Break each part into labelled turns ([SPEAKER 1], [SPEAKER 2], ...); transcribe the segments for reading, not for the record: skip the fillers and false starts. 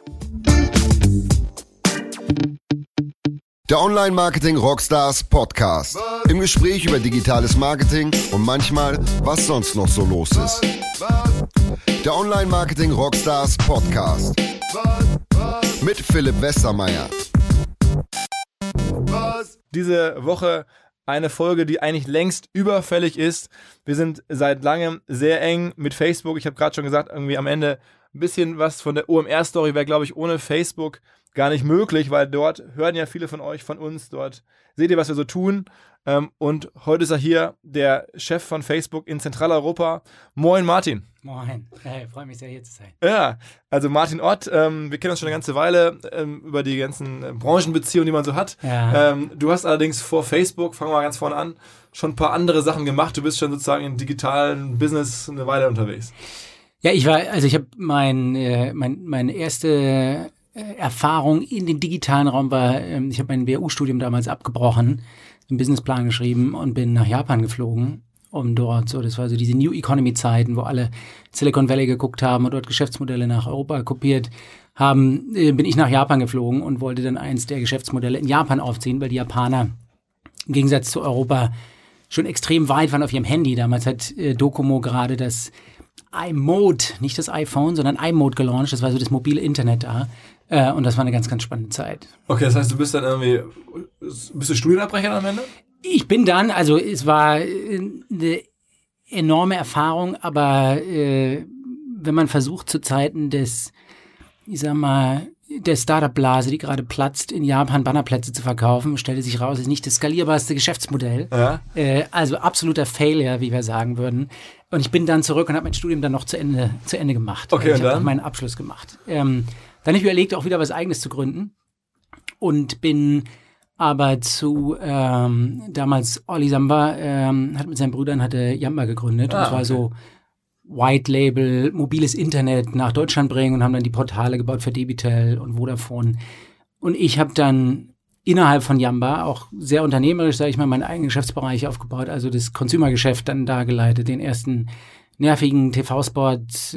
[SPEAKER 1] Der Online-Marketing-Rockstars Podcast. Im Gespräch über digitales Marketing und manchmal, was sonst noch so los ist. Der Online-Marketing-Rockstars Podcast. Mit Philipp Westermeier.
[SPEAKER 2] Diese Woche eine Folge, die eigentlich längst überfällig ist. Wir sind seit langem sehr eng mit Facebook. Ich habe gerade schon gesagt, irgendwie am Ende ein bisschen was von der OMR-Story wäre, glaube ich, ohne Facebook gar nicht möglich, weil dort hören ja viele von euch, von uns, dort seht ihr, was wir so tun. Und heute ist er hier, der Chef von Facebook in Zentraleuropa. Moin Martin.
[SPEAKER 3] Moin, hey, freue mich sehr, hier zu sein.
[SPEAKER 2] Ja, also Martin Ott, wir kennen uns schon eine ganze Weile über die ganzen Branchenbeziehungen, die man so hat.
[SPEAKER 3] Ja.
[SPEAKER 2] Du hast allerdings vor Facebook, fangen wir mal ganz vorne an, schon ein paar andere Sachen gemacht. Du bist schon sozusagen im digitalen Business eine Weile unterwegs.
[SPEAKER 3] Ja, ich habe meine erste Erfahrung in den digitalen Raum war, ich habe mein WHU-Studium damals abgebrochen, einen Businessplan geschrieben und bin nach Japan geflogen, um dort das war so diese New Economy-Zeiten, wo alle Silicon Valley geguckt haben und dort Geschäftsmodelle nach Europa kopiert haben, bin ich nach Japan geflogen und wollte dann eins der Geschäftsmodelle in Japan aufziehen, weil die Japaner im Gegensatz zu Europa schon extrem weit waren auf ihrem Handy. Damals hat Docomo gerade das iMode, nicht das iPhone, sondern iMode gelauncht. Das war so das mobile Internet da. Und das war eine ganz, ganz spannende Zeit.
[SPEAKER 2] Okay, das heißt, du bist dann irgendwie, bist du Studienabbrecher am Ende?
[SPEAKER 3] Ich bin dann, also es war eine enorme Erfahrung, aber wenn man versucht zu Zeiten des, der Startup-Blase, die gerade platzt, in Japan Bannerplätze zu verkaufen, stellte sich raus, ist nicht das skalierbarste Geschäftsmodell. Ja. Also absoluter Failure, wie wir sagen würden. Und ich bin dann zurück und habe mein Studium dann noch zu Ende gemacht.
[SPEAKER 2] Okay,
[SPEAKER 3] ich habe meinen Abschluss gemacht. Dann habe ich überlegt, auch wieder was Eigenes zu gründen und bin aber zu damals Olli Samba hat mit seinen Brüdern Yamba gegründet. Und das war so White Label, mobiles Internet nach Deutschland bringen und haben dann die Portale gebaut für Debitel und Vodafone. Und ich habe dann innerhalb von Yamba auch sehr unternehmerisch, sage ich mal, meinen eigenen Geschäftsbereich aufgebaut, also das Consumer-Geschäft dann da geleitet, den ersten nervigen TV-Spot,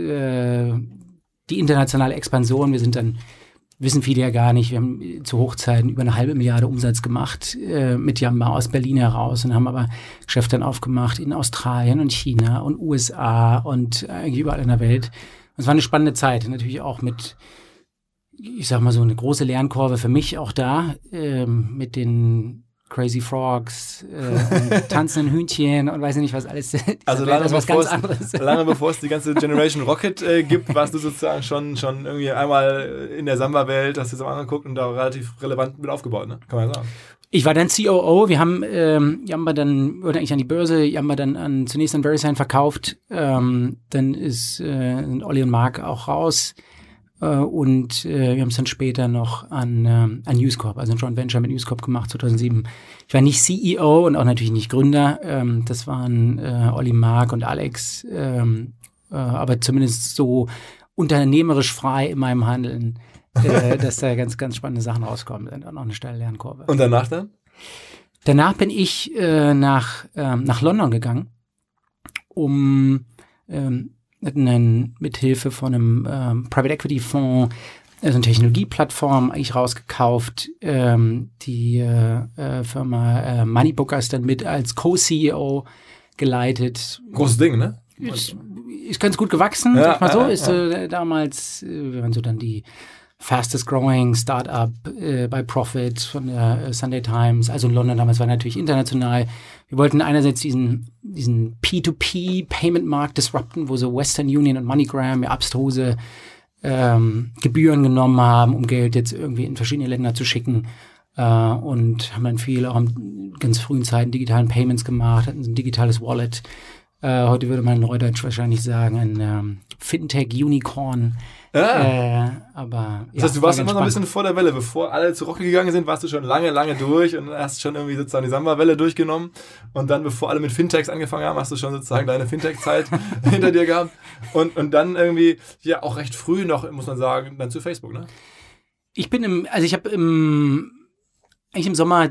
[SPEAKER 3] die internationale Expansion. Wir sind dann, wissen viele ja gar nicht, wir haben zu Hochzeiten über 500 Milliarden Umsatz gemacht mit Yamba aus Berlin heraus und haben aber Geschäfte dann aufgemacht in Australien und China und USA und eigentlich überall in der Welt. Und es war eine spannende Zeit, natürlich auch mit, ich sag mal so eine große Lernkurve für mich auch da, mit den Crazy Frogs und tanzenden Hühnchen und weiß ich nicht was alles.
[SPEAKER 2] Also lange bevor es die ganze Generation Rocket gibt, warst du sozusagen schon irgendwie einmal in der Samba-Welt, hast du so angeguckt und da relativ relevant mit aufgebaut, ne? Kann man ja sagen.
[SPEAKER 3] Ich war dann COO, wir haben Yamba dann, wurde eigentlich an die Börse, Yamba dann zunächst an VeriSign verkauft, dann sind Olli und Marc auch raus. Und wir haben es dann später noch an News Corp, also ein Joint Venture mit News Corp gemacht, 2007. Ich war nicht CEO und auch natürlich nicht Gründer. Das waren Olli, Marc und Alex. Aber zumindest so unternehmerisch frei in meinem Handeln, dass da ganz, ganz spannende Sachen rauskommen sind. Und auch eine steile Lernkurve.
[SPEAKER 2] Und danach dann?
[SPEAKER 3] Danach bin ich nach London gegangen, um mithilfe von einem Private Equity Fonds, also eine Technologieplattform eigentlich rausgekauft, die Firma Moneybookers dann mit als Co-CEO geleitet.
[SPEAKER 2] Großes Ding, ne?
[SPEAKER 3] Ist ganz gut gewachsen, sag mal so. Ist damals, wir waren so dann die fastest growing Startup by Profit von der Sunday Times. Also in London damals war natürlich international. Wir wollten einerseits diesen P2P-Payment-Markt disrupten, wo so Western Union und MoneyGram ja abstruse Gebühren genommen haben, um Geld jetzt irgendwie in verschiedene Länder zu schicken. Und haben dann viel auch in ganz frühen Zeiten digitalen Payments gemacht, hatten so ein digitales Wallet. Heute würde man in Neudeutsch wahrscheinlich sagen, ein Fintech-Unicorn. Aber
[SPEAKER 2] das heißt, du warst immer noch ein bisschen vor der Welle. Bevor alle zu Rocket gegangen sind, warst du schon lange, lange durch und hast schon irgendwie sozusagen die Samba-Welle durchgenommen. Und dann, bevor alle mit Fintechs angefangen haben, hast du schon sozusagen deine Fintech-Zeit hinter dir gehabt. Und dann irgendwie, ja, auch recht früh noch, muss man sagen, dann zu Facebook, ne?
[SPEAKER 3] Eigentlich im Sommer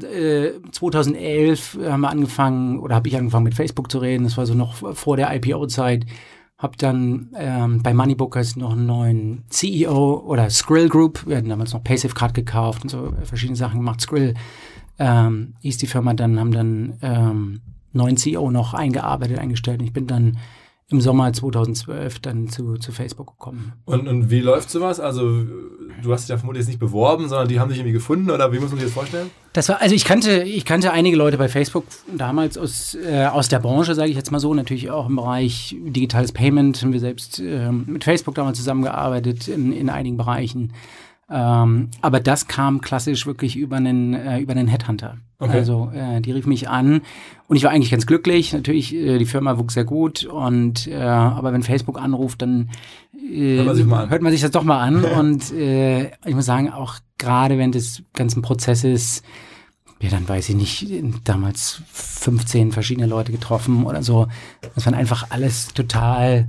[SPEAKER 3] 2011 habe ich angefangen mit Facebook zu reden. Das war so noch vor der IPO-Zeit. Habe dann bei Moneybookers noch einen neuen CEO oder Skrill Group. Wir hatten damals noch PaySafeCard gekauft und so verschiedene Sachen gemacht. Skrill hieß die Firma, haben dann neuen CEO noch eingestellt. Und ich bin dann im Sommer 2012 dann zu Facebook gekommen.
[SPEAKER 2] Und wie läuft sowas? Also du hast dich ja vermutlich jetzt nicht beworben, sondern die haben dich irgendwie gefunden oder wie muss man sich das vorstellen?
[SPEAKER 3] Das war, also ich kannte einige Leute bei Facebook damals aus der Branche, sage ich jetzt mal so, natürlich auch im Bereich digitales Payment, haben wir selbst mit Facebook damals zusammengearbeitet in einigen Bereichen. Aber das kam klassisch wirklich über einen Headhunter. Okay. Also die rief mich an und ich war eigentlich ganz glücklich. Natürlich, die Firma wuchs sehr gut aber wenn Facebook anruft, dann hört man sich das doch mal an. Und ich muss sagen, auch gerade während des ganzen Prozesses, ja, dann weiß ich nicht, damals 15 verschiedene Leute getroffen oder so. Das waren einfach alles total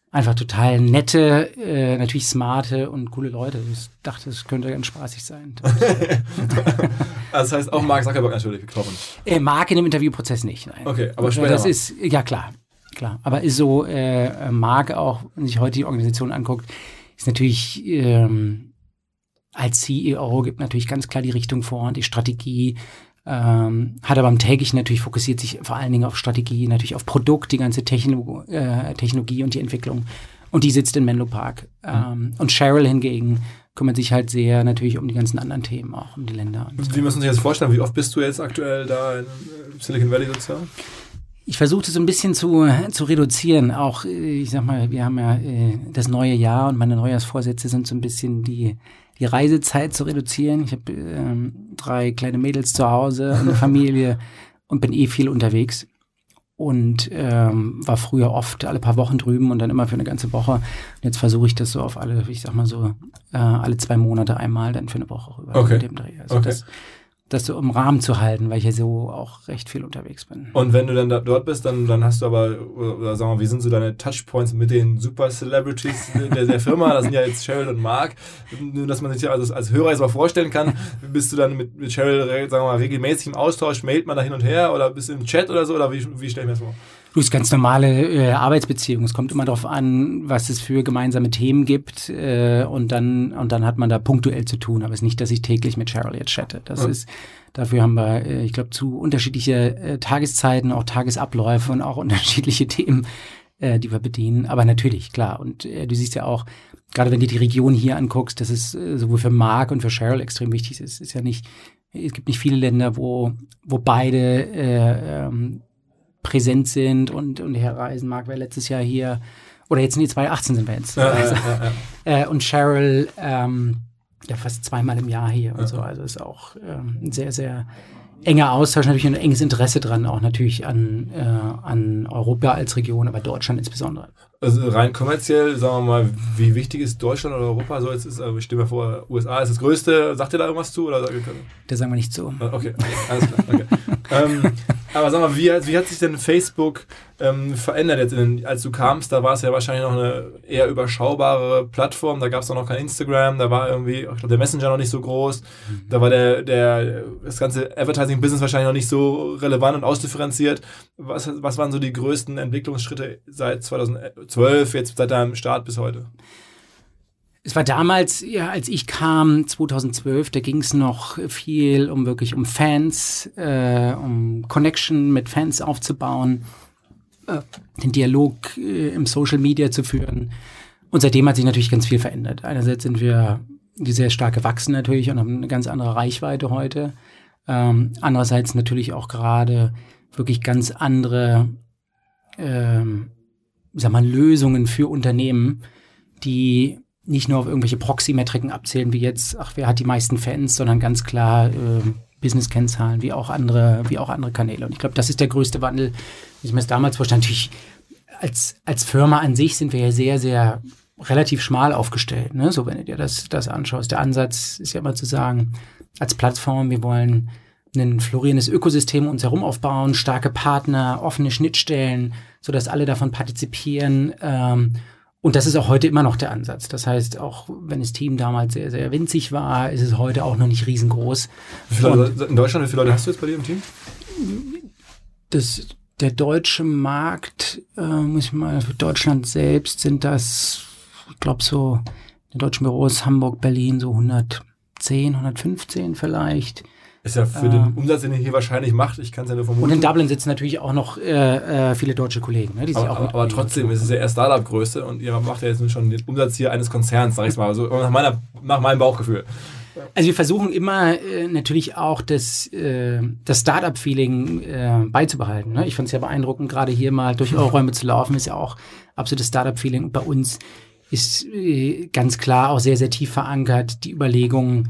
[SPEAKER 3] nette, natürlich smarte und coole Leute. Ich dachte, das könnte ganz spaßig sein.
[SPEAKER 2] Also das heißt auch Mark Zuckerberg natürlich getroffen?
[SPEAKER 3] Mark in dem Interviewprozess nicht, nein.
[SPEAKER 2] Okay, aber später
[SPEAKER 3] das ist, ja klar. Aber ist so, Mark auch, wenn sich heute die Organisation anguckt, ist natürlich als CEO gibt natürlich ganz klar die Richtung vor und die Strategie. Hat aber am täglichen natürlich fokussiert sich vor allen Dingen auf Strategie, natürlich auf Produkt, die ganze Technologie und die Entwicklung. Und die sitzt in Menlo Park. Und Sheryl hingegen kümmert sich halt sehr natürlich um die ganzen anderen Themen, auch um die Länder. Und
[SPEAKER 2] wie muss man sich das vorstellen? Wie oft bist du jetzt aktuell da in Silicon Valley sozusagen?
[SPEAKER 3] Ich versuche das so ein bisschen zu reduzieren. Auch, ich sag mal, wir haben ja das neue Jahr und meine Neujahrsvorsätze sind so ein bisschen die Reisezeit zu reduzieren. Ich habe 3 kleine Mädels zu Hause und eine Familie und bin viel unterwegs und war früher oft alle paar Wochen drüben und dann immer für eine ganze Woche. Und jetzt versuche ich das so auf alle 2 Monate einmal dann für eine Woche rüber.
[SPEAKER 2] Okay.
[SPEAKER 3] Mit dem Dreh. Also das so im Rahmen zu halten, weil ich ja so auch recht viel unterwegs bin.
[SPEAKER 2] Und wenn du dann dort bist, dann hast du aber, oder sagen wir mal, wie sind so deine Touchpoints mit den Super-Celebrities der Firma? Das sind ja jetzt Sheryl und Mark. Nur, dass man sich ja als Hörer jetzt mal vorstellen kann, bist du dann mit Sheryl, sagen wir mal, regelmäßig im Austausch, mailt man da hin und her oder bist du im Chat oder so? Oder wie stelle ich mir das vor?
[SPEAKER 3] Das ist ganz normale Arbeitsbeziehung. Es kommt immer darauf an, was es für gemeinsame Themen gibt und dann hat man da punktuell zu tun. Aber es ist nicht, dass ich täglich mit Sheryl jetzt chatte. Dafür haben wir, ich glaube, zu unterschiedliche Tageszeiten, auch Tagesabläufe und auch unterschiedliche Themen, die wir bedienen. Aber natürlich, klar. Und du siehst ja auch, gerade wenn du die Region hier anguckst, dass es sowohl für Mark und für Sheryl extrem wichtig ist. Es gibt nicht viele Länder, wo beide präsent sind und herreisen. Mark war letztes Jahr hier, oder jetzt 2018 sind wir jetzt. Und Sheryl fast 2-mal im Jahr hier und so. Also ist auch ein sehr, sehr enger Austausch, natürlich ein enges Interesse dran, auch natürlich an Europa als Region, aber Deutschland insbesondere.
[SPEAKER 2] Also rein kommerziell, sagen wir mal, wie wichtig ist Deutschland oder Europa? So jetzt ist, ich stelle mir vor, USA ist das Größte. Sagt ihr da irgendwas zu? Oder?
[SPEAKER 3] Das sagen wir nicht so.
[SPEAKER 2] Okay, alles klar. Okay. Aber sag mal, wie hat sich denn Facebook verändert jetzt? Als du kamst, da war es ja wahrscheinlich noch eine eher überschaubare Plattform. Da gab es noch kein Instagram. Da war irgendwie, ich glaube, der Messenger noch nicht so groß. Da war das ganze Advertising-Business wahrscheinlich noch nicht so relevant und ausdifferenziert. Was waren so die größten Entwicklungsschritte seit 2012, jetzt seit deinem Start bis heute?
[SPEAKER 3] Es war damals, ja, als ich kam, 2012, da ging es noch viel um Fans, um Connection mit Fans aufzubauen, den Dialog im Social Media zu führen. Und seitdem hat sich natürlich ganz viel verändert. Einerseits sind wir sehr stark gewachsen natürlich und haben eine ganz andere Reichweite heute. Andererseits natürlich auch gerade wirklich ganz andere Lösungen für Unternehmen, die nicht nur auf irgendwelche Proxy-Metriken abzählen, wie jetzt, wer hat die meisten Fans, sondern ganz klar Business-Kennzahlen, wie auch andere Kanäle. Und ich glaube, das ist der größte Wandel, wie ich mir das damals vorstelle. Natürlich als Firma an sich sind wir ja sehr, sehr relativ schmal aufgestellt. Ne? So, wenn du dir das anschaust. Der Ansatz ist ja immer zu sagen, als Plattform, wir wollen ein florierendes Ökosystem um uns herum aufbauen, starke Partner, offene Schnittstellen, sodass alle davon partizipieren. Und das ist auch heute immer noch der Ansatz. Das heißt, auch wenn das Team damals sehr, sehr winzig war, ist es heute auch noch nicht riesengroß.
[SPEAKER 2] In Deutschland, wie viele Leute hast du jetzt bei dir im Team?
[SPEAKER 3] Der deutsche Markt, muss ich mal, für Deutschland selbst sind das, ich glaube so, die deutschen Büros Hamburg, Berlin, so 110, 115 vielleicht.
[SPEAKER 2] Ist ja für den Umsatz, den ihr hier wahrscheinlich macht, ich kann es ja nur vermuten.
[SPEAKER 3] Und in Dublin sitzen natürlich auch noch viele deutsche Kollegen. Ne, die sich auch
[SPEAKER 2] aber trotzdem ist es ja eher Startup-Größe und ihr macht ja jetzt schon den Umsatz hier eines Konzerns, sag ich mal, also nach meinem Bauchgefühl.
[SPEAKER 3] Also wir versuchen immer natürlich auch das Startup-Feeling beizubehalten. Ne? Ich fand es ja beeindruckend, gerade hier mal durch eure Räume zu laufen, ist ja auch absolutes Startup-Feeling. Und bei uns ist ganz klar auch sehr, sehr tief verankert die Überlegung,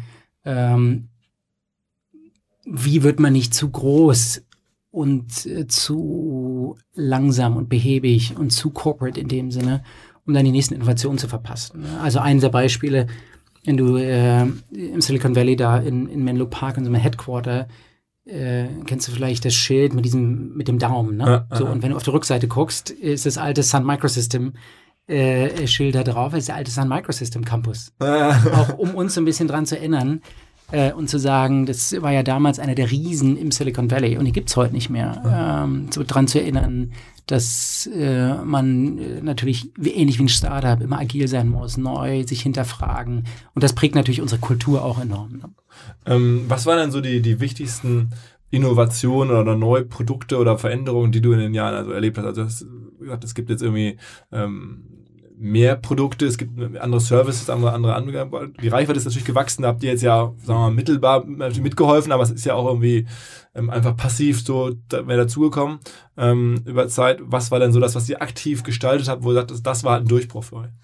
[SPEAKER 3] wie wird man nicht zu groß und zu langsam und behäbig und zu corporate in dem Sinne, um dann die nächsten Innovationen zu verpassen. Ne? Also eines der Beispiele, wenn du im Silicon Valley da in Menlo Park in so einem Headquarter kennst du vielleicht das Schild mit dem Daumen, ne? Und wenn du auf der Rückseite guckst, ist das alte Sun Microsystem Schild da drauf, ist der alte Sun Microsystem Campus. Auch um uns so ein bisschen dran zu erinnern und zu sagen, das war ja damals einer der Riesen im Silicon Valley und die gibt's heute nicht mehr. So dran zu erinnern, dass man natürlich ähnlich wie ein Startup immer agil sein muss, neu sich hinterfragen. Und das prägt natürlich unsere Kultur auch enorm. Ne?
[SPEAKER 2] Was waren denn so die wichtigsten Innovationen oder neue Produkte oder Veränderungen, die du in den Jahren also erlebt hast? Also es gibt jetzt irgendwie mehr Produkte, es gibt andere Services, andere Anbieter. Die Reichweite ist natürlich gewachsen, da habt ihr jetzt ja, sagen wir mal, mittelbar mitgeholfen, aber es ist ja auch irgendwie einfach passiv so mehr dazugekommen über Zeit. Was war denn so das, was ihr aktiv gestaltet habt, wo ihr sagt, das war halt ein Durchbruch für euch?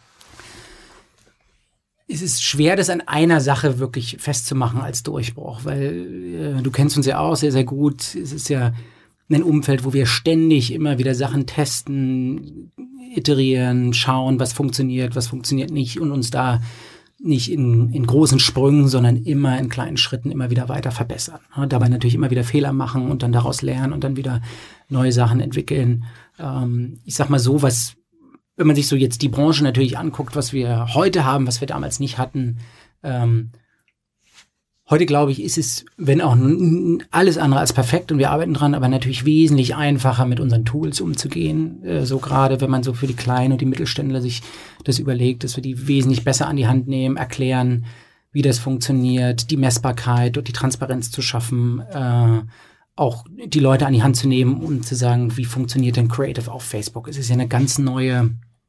[SPEAKER 3] Es ist schwer, das an einer Sache wirklich festzumachen als Durchbruch, weil du kennst uns ja auch sehr, sehr gut. Es ist ja ein Umfeld, wo wir ständig immer wieder Sachen testen, iterieren, schauen, was funktioniert nicht und uns da nicht in großen Sprüngen, sondern immer in kleinen Schritten immer wieder weiter verbessern. Dabei natürlich immer wieder Fehler machen und dann daraus lernen und dann wieder neue Sachen entwickeln. Ich sag mal so, wenn man sich so jetzt die Branche natürlich anguckt, was wir heute haben, was wir damals nicht hatten, heute, glaube ich, ist es, wenn auch alles andere als perfekt und wir arbeiten dran, aber natürlich wesentlich einfacher mit unseren Tools umzugehen. So gerade, wenn man so für die Kleinen und die Mittelständler sich das überlegt, dass wir die wesentlich besser an die Hand nehmen, erklären, wie das funktioniert, die Messbarkeit und die Transparenz zu schaffen, auch die Leute an die Hand zu nehmen und zu sagen, wie funktioniert denn Creative auf Facebook? Es ist ja eine ganz neue,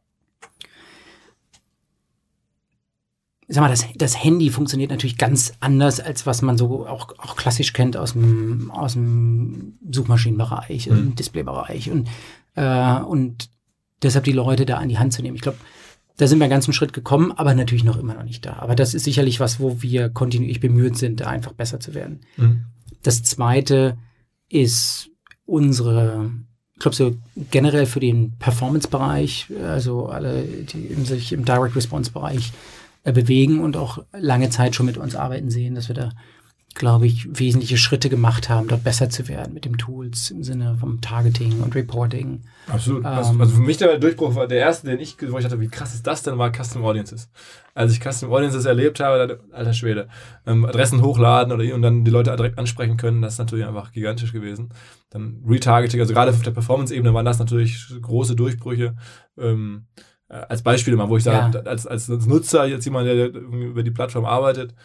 [SPEAKER 3] sag mal, das Handy funktioniert natürlich ganz anders, als was man so auch klassisch kennt aus dem Suchmaschinenbereich, im Displaybereich und deshalb die Leute da an die Hand zu nehmen. Ich glaube, da sind wir einen ganzen Schritt gekommen, aber natürlich noch immer noch nicht da. Aber das ist sicherlich was, wo wir kontinuierlich bemüht sind, da einfach besser zu werden. Das Zweite ist ich glaube so generell für den Performance-Bereich, also alle, die sich im Direct-Response-Bereich bewegen und auch lange Zeit schon mit uns arbeiten sehen, dass wir da, glaube ich, wesentliche Schritte gemacht haben, dort besser zu werden mit den Tools im Sinne vom Targeting und Reporting.
[SPEAKER 2] Absolut. Also für mich der Durchbruch war der erste, wo ich dachte, wie krass ist das denn, war Custom Audiences. Als ich Custom Audiences erlebt habe, alter Schwede, Adressen hochladen und dann die Leute direkt ansprechen können, das ist natürlich einfach gigantisch gewesen. Dann Retargeting, also gerade auf der Performance-Ebene waren das natürlich große Durchbrüche. Als Beispiel mal, wo ich da als Nutzer, jetzt jemand, der über die Plattform arbeitet,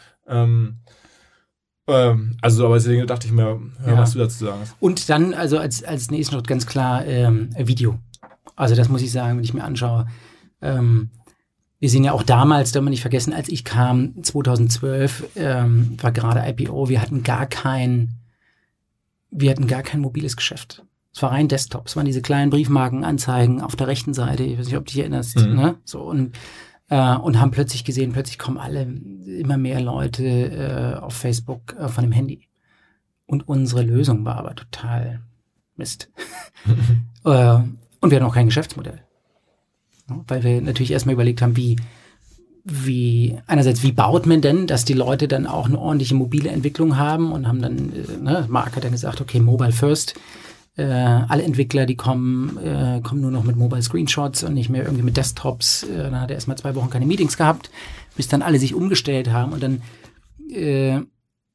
[SPEAKER 2] also aber deswegen dachte ich mir, was du dazu sagen hast.
[SPEAKER 3] Und dann, also als nächsten Schritt ganz klar Video. Also das muss ich sagen, wenn ich mir anschaue. Wir sind ja auch damals, darf man nicht vergessen, als ich kam, 2012, war gerade IPO, wir hatten gar kein mobiles Geschäft. Es war rein Desktop. Es waren diese kleinen Briefmarkenanzeigen auf der rechten Seite. Ich weiß nicht, ob du dich erinnerst. Ne? So, und haben plötzlich gesehen, plötzlich kommen immer mehr Leute auf Facebook von dem Handy. Und unsere Lösung war aber total Mist. Und wir hatten auch kein Geschäftsmodell. Weil wir natürlich erstmal überlegt haben, einerseits, wie baut man denn, dass die Leute dann auch eine ordentliche mobile Entwicklung haben und haben dann, Marc hat dann gesagt, okay, Mobile First. Alle Entwickler, die kommen nur noch mit Mobile Screenshots und nicht mehr irgendwie mit Desktops. Dann hat er erstmal 2 Wochen keine Meetings gehabt, bis dann alle sich umgestellt haben. Und dann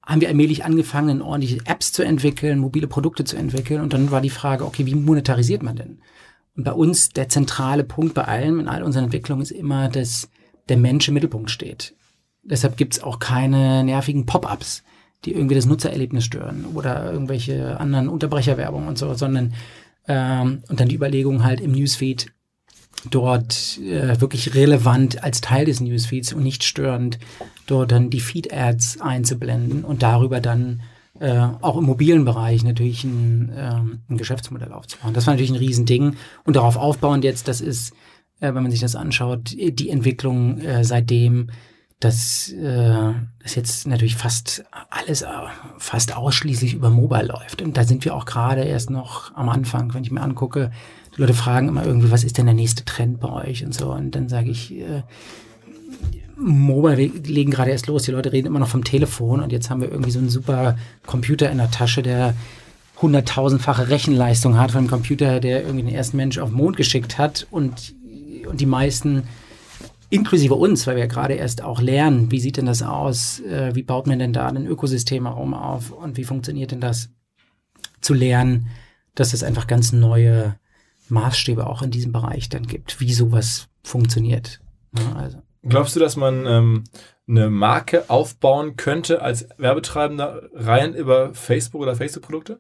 [SPEAKER 3] haben wir allmählich angefangen, ordentliche Apps zu entwickeln, mobile Produkte zu entwickeln. Und dann war die Frage, okay, wie monetarisiert man denn? Und bei uns der zentrale Punkt bei allem, in all unseren Entwicklungen, ist immer, dass der Mensch im Mittelpunkt steht. Deshalb gibt's auch keine nervigen Pop-ups, die irgendwie das Nutzererlebnis stören oder irgendwelche anderen Unterbrecherwerbung und so, sondern und dann die Überlegung halt im Newsfeed dort wirklich relevant als Teil des Newsfeeds und nicht störend dort dann die Feed-Ads einzublenden und darüber dann auch im mobilen Bereich natürlich ein Geschäftsmodell aufzubauen. Das war natürlich ein Riesending und darauf aufbauend jetzt, das ist, wenn man sich das anschaut, die Entwicklung seitdem, dass jetzt natürlich fast alles fast ausschließlich über Mobile läuft. Und da sind wir auch gerade erst noch am Anfang, wenn ich mir angucke, die Leute fragen immer irgendwie, was ist denn der nächste Trend bei euch und so. Und dann sage ich, Mobile, wir legen gerade erst los, die Leute reden immer noch vom Telefon und jetzt haben wir irgendwie so einen super Computer in der Tasche, der 100.000-fache Rechenleistung hat von einem Computer, der irgendwie den ersten Mensch auf den Mond geschickt hat und die meisten, inklusive uns, weil wir ja gerade erst auch lernen, wie sieht denn das aus, wie baut man denn da ein Ökosystem herum auf und wie funktioniert denn das, zu lernen, dass es einfach ganz neue Maßstäbe auch in diesem Bereich dann gibt, wie sowas funktioniert. Ja, also.
[SPEAKER 2] Glaubst du, dass man eine Marke aufbauen könnte als Werbetreibender rein über Facebook oder Facebook-Produkte?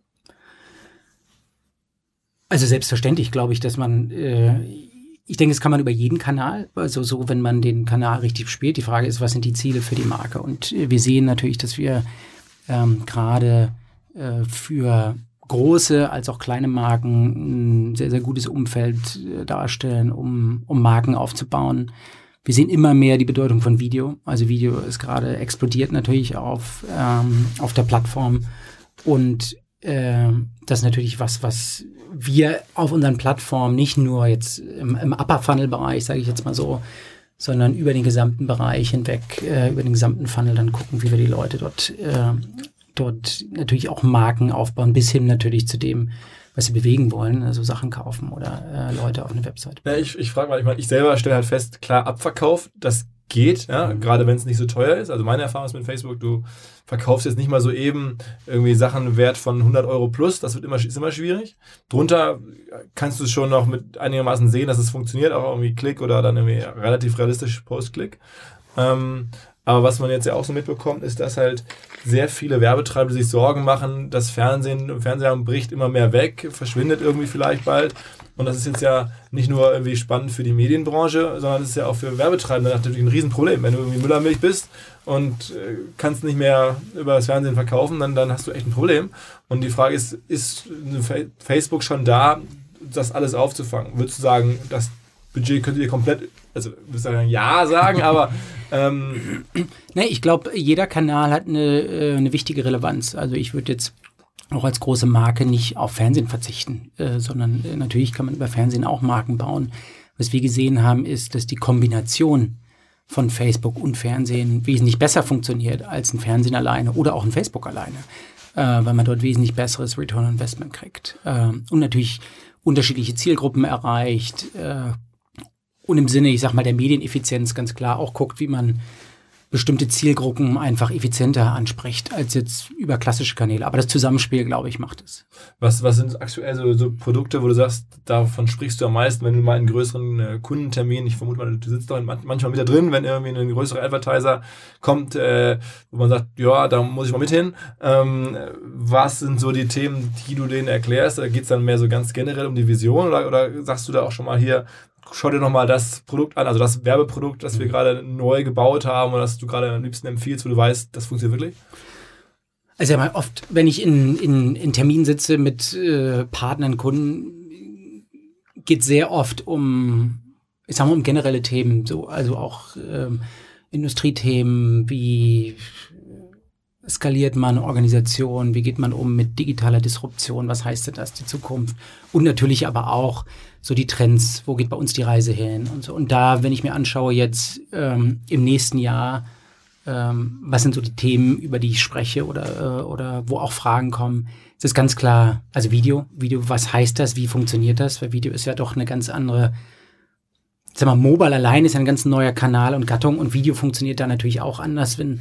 [SPEAKER 3] Also selbstverständlich glaube ich, dass man, ich denke, das kann man über jeden Kanal, also so, wenn man den Kanal richtig spielt. Die Frage ist, was sind die Ziele für die Marke? Und wir sehen natürlich, dass wir gerade für große als auch kleine Marken ein sehr, sehr gutes Umfeld darstellen, um Marken aufzubauen. Wir sehen immer mehr die Bedeutung von Video. Also Video ist gerade explodiert natürlich auf der Plattform. Und das ist natürlich was wir auf unseren Plattformen nicht nur jetzt im Upper-Funnel-Bereich, sage ich jetzt mal so, sondern über den gesamten Bereich hinweg, über den gesamten Funnel dann gucken, wie wir die Leute dort natürlich auch Marken aufbauen, bis hin natürlich zu dem, was sie bewegen wollen, also Sachen kaufen oder Leute auf eine Website.
[SPEAKER 2] Ja, ich frage mal, ich selber stelle halt fest, klar, Abverkauf, das geht, ja, gerade wenn es nicht so teuer ist. Also meine Erfahrung ist mit Facebook, du verkaufst jetzt nicht mal so eben irgendwie Sachen wert von 100 Euro plus, das ist immer schwierig. Drunter kannst du schon noch mit einigermaßen sehen, dass es funktioniert, auch irgendwie Klick oder dann irgendwie relativ realistisch Post-Klick. Aber was man jetzt ja auch so mitbekommt, ist, dass halt sehr viele Werbetreibende sich Sorgen machen, das Fernseher bricht immer mehr weg, verschwindet irgendwie vielleicht bald. Und das ist jetzt ja nicht nur irgendwie spannend für die Medienbranche, sondern es ist ja auch für Werbetreibende natürlich ein Riesenproblem. Wenn du irgendwie Müllermilch bist und kannst nicht mehr über das Fernsehen verkaufen, dann hast du echt ein Problem. Und die Frage ist Facebook schon da, das alles aufzufangen? Würdest du sagen, das Budget könnt ihr komplett, also würdest du ja sagen, aber
[SPEAKER 3] nee, ich glaube, jeder Kanal hat eine wichtige Relevanz. Also ich würde jetzt auch als große Marke nicht auf Fernsehen verzichten, sondern natürlich kann man über Fernsehen auch Marken bauen. Was wir gesehen haben, ist, dass die Kombination von Facebook und Fernsehen wesentlich besser funktioniert als ein Fernsehen alleine oder auch ein Facebook alleine, weil man dort wesentlich besseres Return on Investment kriegt und natürlich unterschiedliche Zielgruppen erreicht und im Sinne, ich sag mal, der Medieneffizienz ganz klar auch guckt, wie man bestimmte Zielgruppen einfach effizienter anspricht als jetzt über klassische Kanäle. Aber das Zusammenspiel, glaube ich, macht es.
[SPEAKER 2] Was sind aktuell so Produkte, wo du sagst, davon sprichst du am meisten, wenn du mal einen größeren Kundentermin, ich vermute mal, du sitzt doch manchmal wieder drin, wenn irgendwie ein größerer Advertiser kommt, wo man sagt, ja, da muss ich mal mit hin. Was sind so die Themen, die du denen erklärst? Oder geht es dann mehr so ganz generell um die Vision oder sagst du da auch schon mal hier, schau dir nochmal das Produkt an, also das Werbeprodukt, das wir gerade neu gebaut haben oder das du gerade am liebsten empfiehlst, wo du weißt, das funktioniert wirklich?
[SPEAKER 3] Also ja, oft, wenn ich in Terminen sitze mit Partnern, Kunden, geht es sehr oft um generelle Themen, so, also auch Industriethemen, wie skaliert man Organisation, wie geht man um mit digitaler Disruption, was heißt denn das, die Zukunft? Und natürlich aber auch so die Trends, wo geht bei uns die Reise hin und so. Und da, wenn ich mir anschaue jetzt im nächsten Jahr, was sind so die Themen, über die ich spreche oder wo auch Fragen kommen, ist es ganz klar, also Video, was heißt das, wie funktioniert das? Weil Video ist ja doch eine ganz andere, sag mal, Mobile allein ist ein ganz neuer Kanal und Gattung und Video funktioniert da natürlich auch anders, wenn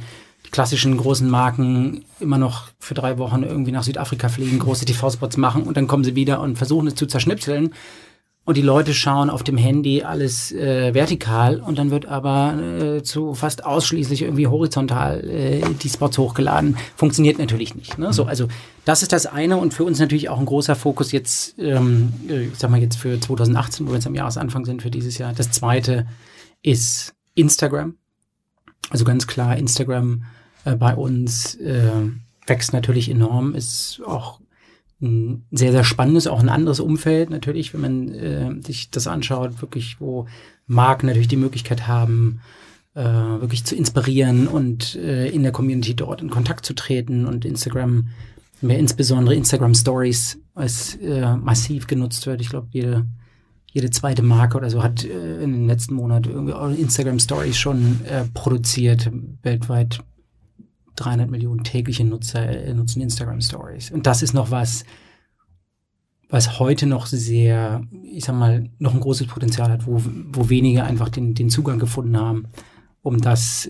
[SPEAKER 3] die klassischen großen Marken immer noch für 3 Wochen irgendwie nach Südafrika fliegen, große TV-Spots machen und dann kommen sie wieder und versuchen es zu zerschnipseln. Und die Leute schauen auf dem Handy alles vertikal und dann wird aber zu fast ausschließlich irgendwie horizontal die Spots hochgeladen. Funktioniert natürlich nicht. Ne? So, also das ist das eine und für uns natürlich auch ein großer Fokus jetzt, ich sag mal jetzt für 2018, wo wir jetzt am Jahresanfang sind für dieses Jahr. Das zweite ist Instagram. Also ganz klar, Instagram bei uns wächst natürlich enorm, ist auch ein sehr, sehr spannendes, auch ein anderes Umfeld natürlich, wenn man sich das anschaut, wirklich, wo Marken natürlich die Möglichkeit haben, wirklich zu inspirieren und in der Community dort in Kontakt zu treten und Instagram, mehr insbesondere Instagram Stories, als massiv genutzt wird. Ich glaube, jede zweite Marke oder so hat in den letzten Monaten irgendwie auch Instagram Stories schon produziert, weltweit 300 Millionen tägliche Nutzer nutzen Instagram Stories. Und das ist noch was heute noch sehr, ich sag mal, noch ein großes Potenzial hat, wo wenige einfach den Zugang gefunden haben, um das,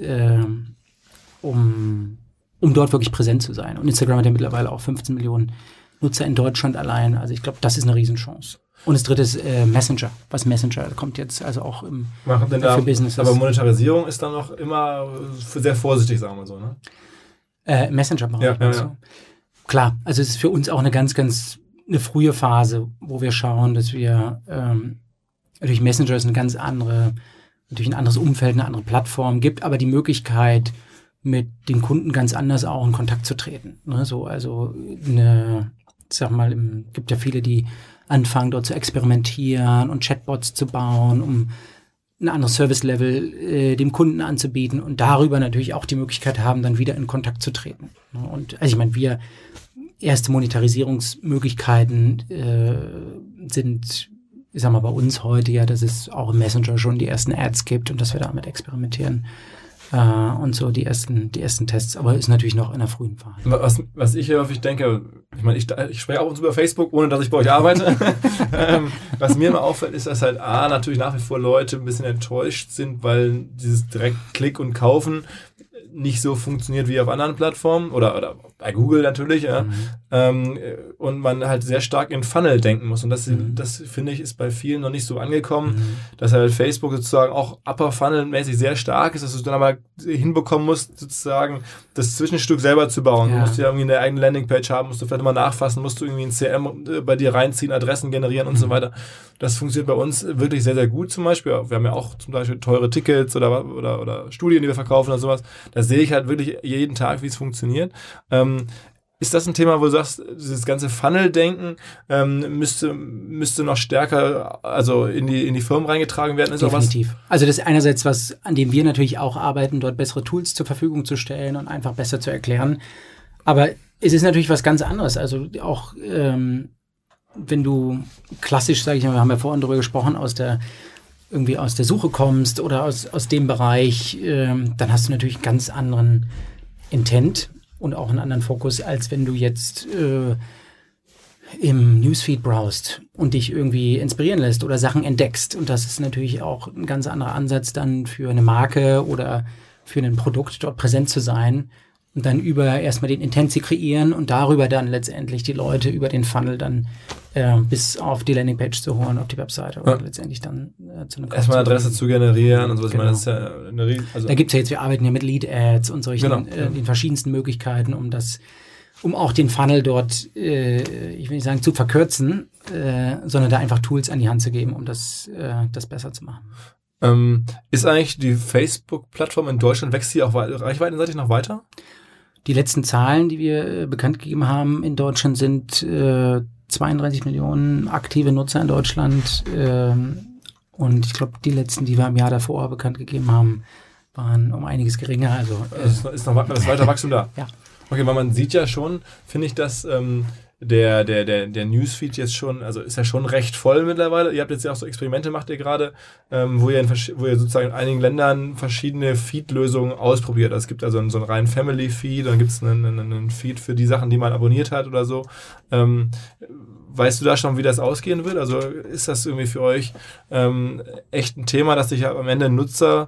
[SPEAKER 3] um dort wirklich präsent zu sein. Und Instagram hat ja mittlerweile auch 15 Millionen Nutzer in Deutschland allein. Also ich glaube, das ist eine Riesenchance. Und das dritte ist Messenger. Messenger kommt jetzt also auch für Businesses.
[SPEAKER 2] Aber Monetarisierung ist dann noch immer sehr vorsichtig, sagen wir so, ne?
[SPEAKER 3] Messenger-Bereich. Ja. Klar, also es ist für uns auch eine ganz, ganz eine frühe Phase, wo wir schauen, dass wir natürlich Messenger ist natürlich ein anderes Umfeld, eine andere Plattform, gibt aber die Möglichkeit, mit den Kunden ganz anders auch in Kontakt zu treten. Ne? So, also gibt ja viele, die anfangen, dort zu experimentieren und Chatbots zu bauen, um ein anderes Service-Level dem Kunden anzubieten und darüber natürlich auch die Möglichkeit haben, dann wieder in Kontakt zu treten. Und also ich meine, wir erste Monetarisierungsmöglichkeiten sind, ich sag mal, bei uns heute ja, dass es auch im Messenger schon die ersten Ads gibt und dass wir damit experimentieren. Und so die ersten Tests, aber ist natürlich noch in der frühen Phase.
[SPEAKER 2] Was ich häufig denke, ich spreche auch über Facebook, ohne dass ich bei euch arbeite. Was mir immer auffällt, ist, dass halt natürlich nach wie vor Leute ein bisschen enttäuscht sind, weil dieses direkt Klick und Kaufen nicht so funktioniert wie auf anderen Plattformen oder bei Google natürlich, ja. Und man halt sehr stark in Funnel denken muss. Und das finde ich, ist bei vielen noch nicht so angekommen, dass halt Facebook sozusagen auch Upper Funnel-mäßig sehr stark ist, dass du dann aber hinbekommen musst, sozusagen das Zwischenstück selber zu bauen. Ja. Du musst ja irgendwie eine eigene Landingpage haben, musst du vielleicht mal nachfassen, musst du irgendwie ein CRM bei dir reinziehen, Adressen generieren und so weiter. Das funktioniert bei uns wirklich sehr, sehr gut zum Beispiel. Wir haben ja auch zum Beispiel teure Tickets oder Studien, die wir verkaufen oder sowas. Da sehe ich halt wirklich jeden Tag, wie es funktioniert. Ist das ein Thema, wo du sagst, dieses ganze Funnel-Denken müsste noch stärker in die Firmen reingetragen werden? Ist
[SPEAKER 3] definitiv. Also das ist einerseits an dem wir natürlich auch arbeiten, dort bessere Tools zur Verfügung zu stellen und einfach besser zu erklären. Aber es ist natürlich was ganz anderes. Also auch wenn du klassisch, sage ich mal, wir haben ja vorhin darüber gesprochen, aus der Suche kommst oder aus dem Bereich, dann hast du natürlich einen ganz anderen Intent und auch einen anderen Fokus, als wenn du jetzt im Newsfeed browst und dich irgendwie inspirieren lässt oder Sachen entdeckst. Und das ist natürlich auch ein ganz anderer Ansatz dann für eine Marke oder für ein Produkt dort präsent zu sein und dann erstmal den Intent zu kreieren und darüber dann letztendlich die Leute über den Funnel dann bis auf die Landingpage zu holen, auf die Webseite oder letztendlich dann zu einem
[SPEAKER 2] erstmal eine Adresse zu generieren und so.
[SPEAKER 3] Genau.
[SPEAKER 2] Ich meine, das ist ja eine
[SPEAKER 3] da gibt es ja jetzt, wir arbeiten ja mit Lead-Ads und solchen den verschiedensten Möglichkeiten, um auch den Funnel dort, ich will nicht sagen zu verkürzen, sondern da einfach Tools an die Hand zu geben, um das besser zu machen.
[SPEAKER 2] Ist eigentlich die Facebook-Plattform in Deutschland, wächst sie auch reichweitenseitig noch weiter?
[SPEAKER 3] Die letzten Zahlen, die wir bekannt gegeben haben in Deutschland, sind 32 Millionen aktive Nutzer in Deutschland. Und ich glaube, die letzten, die wir im Jahr davor bekannt gegeben haben, waren um einiges geringer. Also
[SPEAKER 2] ist noch das weiter Wachstum da?
[SPEAKER 3] Ja.
[SPEAKER 2] Okay, weil man sieht ja schon, finde ich, dass der Newsfeed jetzt schon, also ist ja schon recht voll mittlerweile. Ihr habt jetzt ja auch so Experimente, macht ihr gerade, wo ihr sozusagen in einigen Ländern verschiedene Feed-Lösungen ausprobiert. Also es gibt also so einen reinen Family-Feed, dann gibt es einen Feed für die Sachen, die man abonniert hat oder so. weißt du da schon, wie das ausgehen wird? Also ist das irgendwie für euch echt ein Thema, dass sich am Ende Nutzer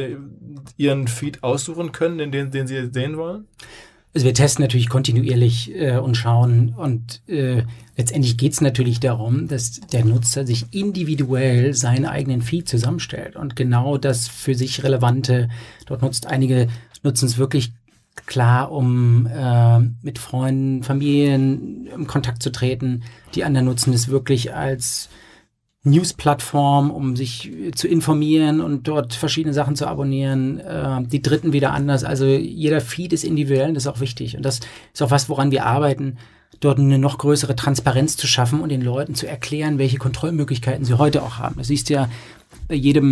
[SPEAKER 2] ihren Feed aussuchen können, den sie sehen wollen?
[SPEAKER 3] Also wir testen natürlich kontinuierlich und schauen und letztendlich geht es natürlich darum, dass der Nutzer sich individuell seinen eigenen Feed zusammenstellt und genau das für sich Relevante dort nutzt. Einige nutzen es wirklich klar, um mit Freunden, Familien in Kontakt zu treten. Die anderen nutzen es wirklich als News-Plattform, um sich zu informieren und dort verschiedene Sachen zu abonnieren. Die Dritten wieder anders. Also jeder Feed ist individuell und das ist auch wichtig. Und das ist auch was, woran wir arbeiten, dort eine noch größere Transparenz zu schaffen und den Leuten zu erklären, welche Kontrollmöglichkeiten sie heute auch haben. Das siehst du ja bei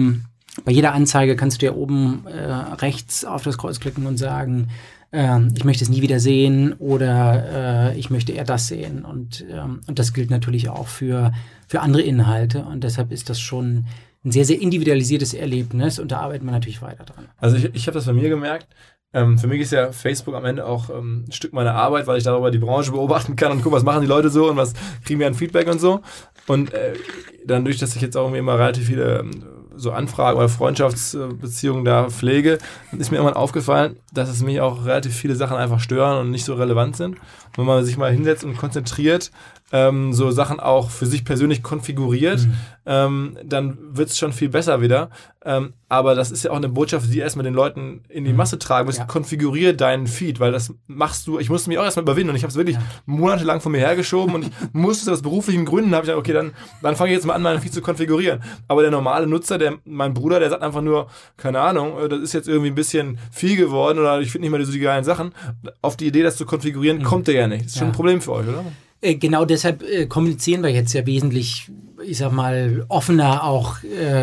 [SPEAKER 3] jeder Anzeige kannst du ja oben rechts auf das Kreuz klicken und sagen, ich möchte es nie wieder sehen oder ich möchte eher das sehen. Und das gilt natürlich auch für andere Inhalte. Und deshalb ist das schon ein sehr, sehr individualisiertes Erlebnis und da arbeiten wir natürlich weiter dran.
[SPEAKER 2] Also ich habe das bei mir gemerkt. Für mich ist ja Facebook am Ende auch ein Stück meiner Arbeit, weil ich darüber die Branche beobachten kann und gucke, was machen die Leute so und was kriegen wir an Feedback und so. Und dann durch, dass ich jetzt auch irgendwie immer relativ viele so Anfragen oder Freundschaftsbeziehungen da pflege, ist mir irgendwann aufgefallen, dass es mich auch relativ viele Sachen einfach stören und nicht so relevant sind. Und wenn man sich mal hinsetzt und konzentriert, so Sachen auch für sich persönlich konfiguriert, dann wird es schon viel besser wieder. Aber das ist ja auch eine Botschaft, die erstmal den Leuten in die Masse tragen musst. Ja. Konfiguriere deinen Feed, weil das machst du, ich musste mich auch erstmal überwinden und ich habe es wirklich monatelang von mir hergeschoben und ich musste aus beruflichen Gründen, habe ich gesagt, okay, dann fange ich jetzt mal an, meinen Feed zu konfigurieren. Aber der normale Nutzer, mein Bruder, der sagt einfach nur, keine Ahnung, das ist jetzt irgendwie ein bisschen viel geworden oder ich finde nicht mehr so die geilen Sachen. Auf die Idee, das zu konfigurieren, kommt der ja nicht. Das ist schon ein Problem für euch, oder?
[SPEAKER 3] Genau deshalb kommunizieren wir jetzt ja wesentlich, ich sag mal, offener auch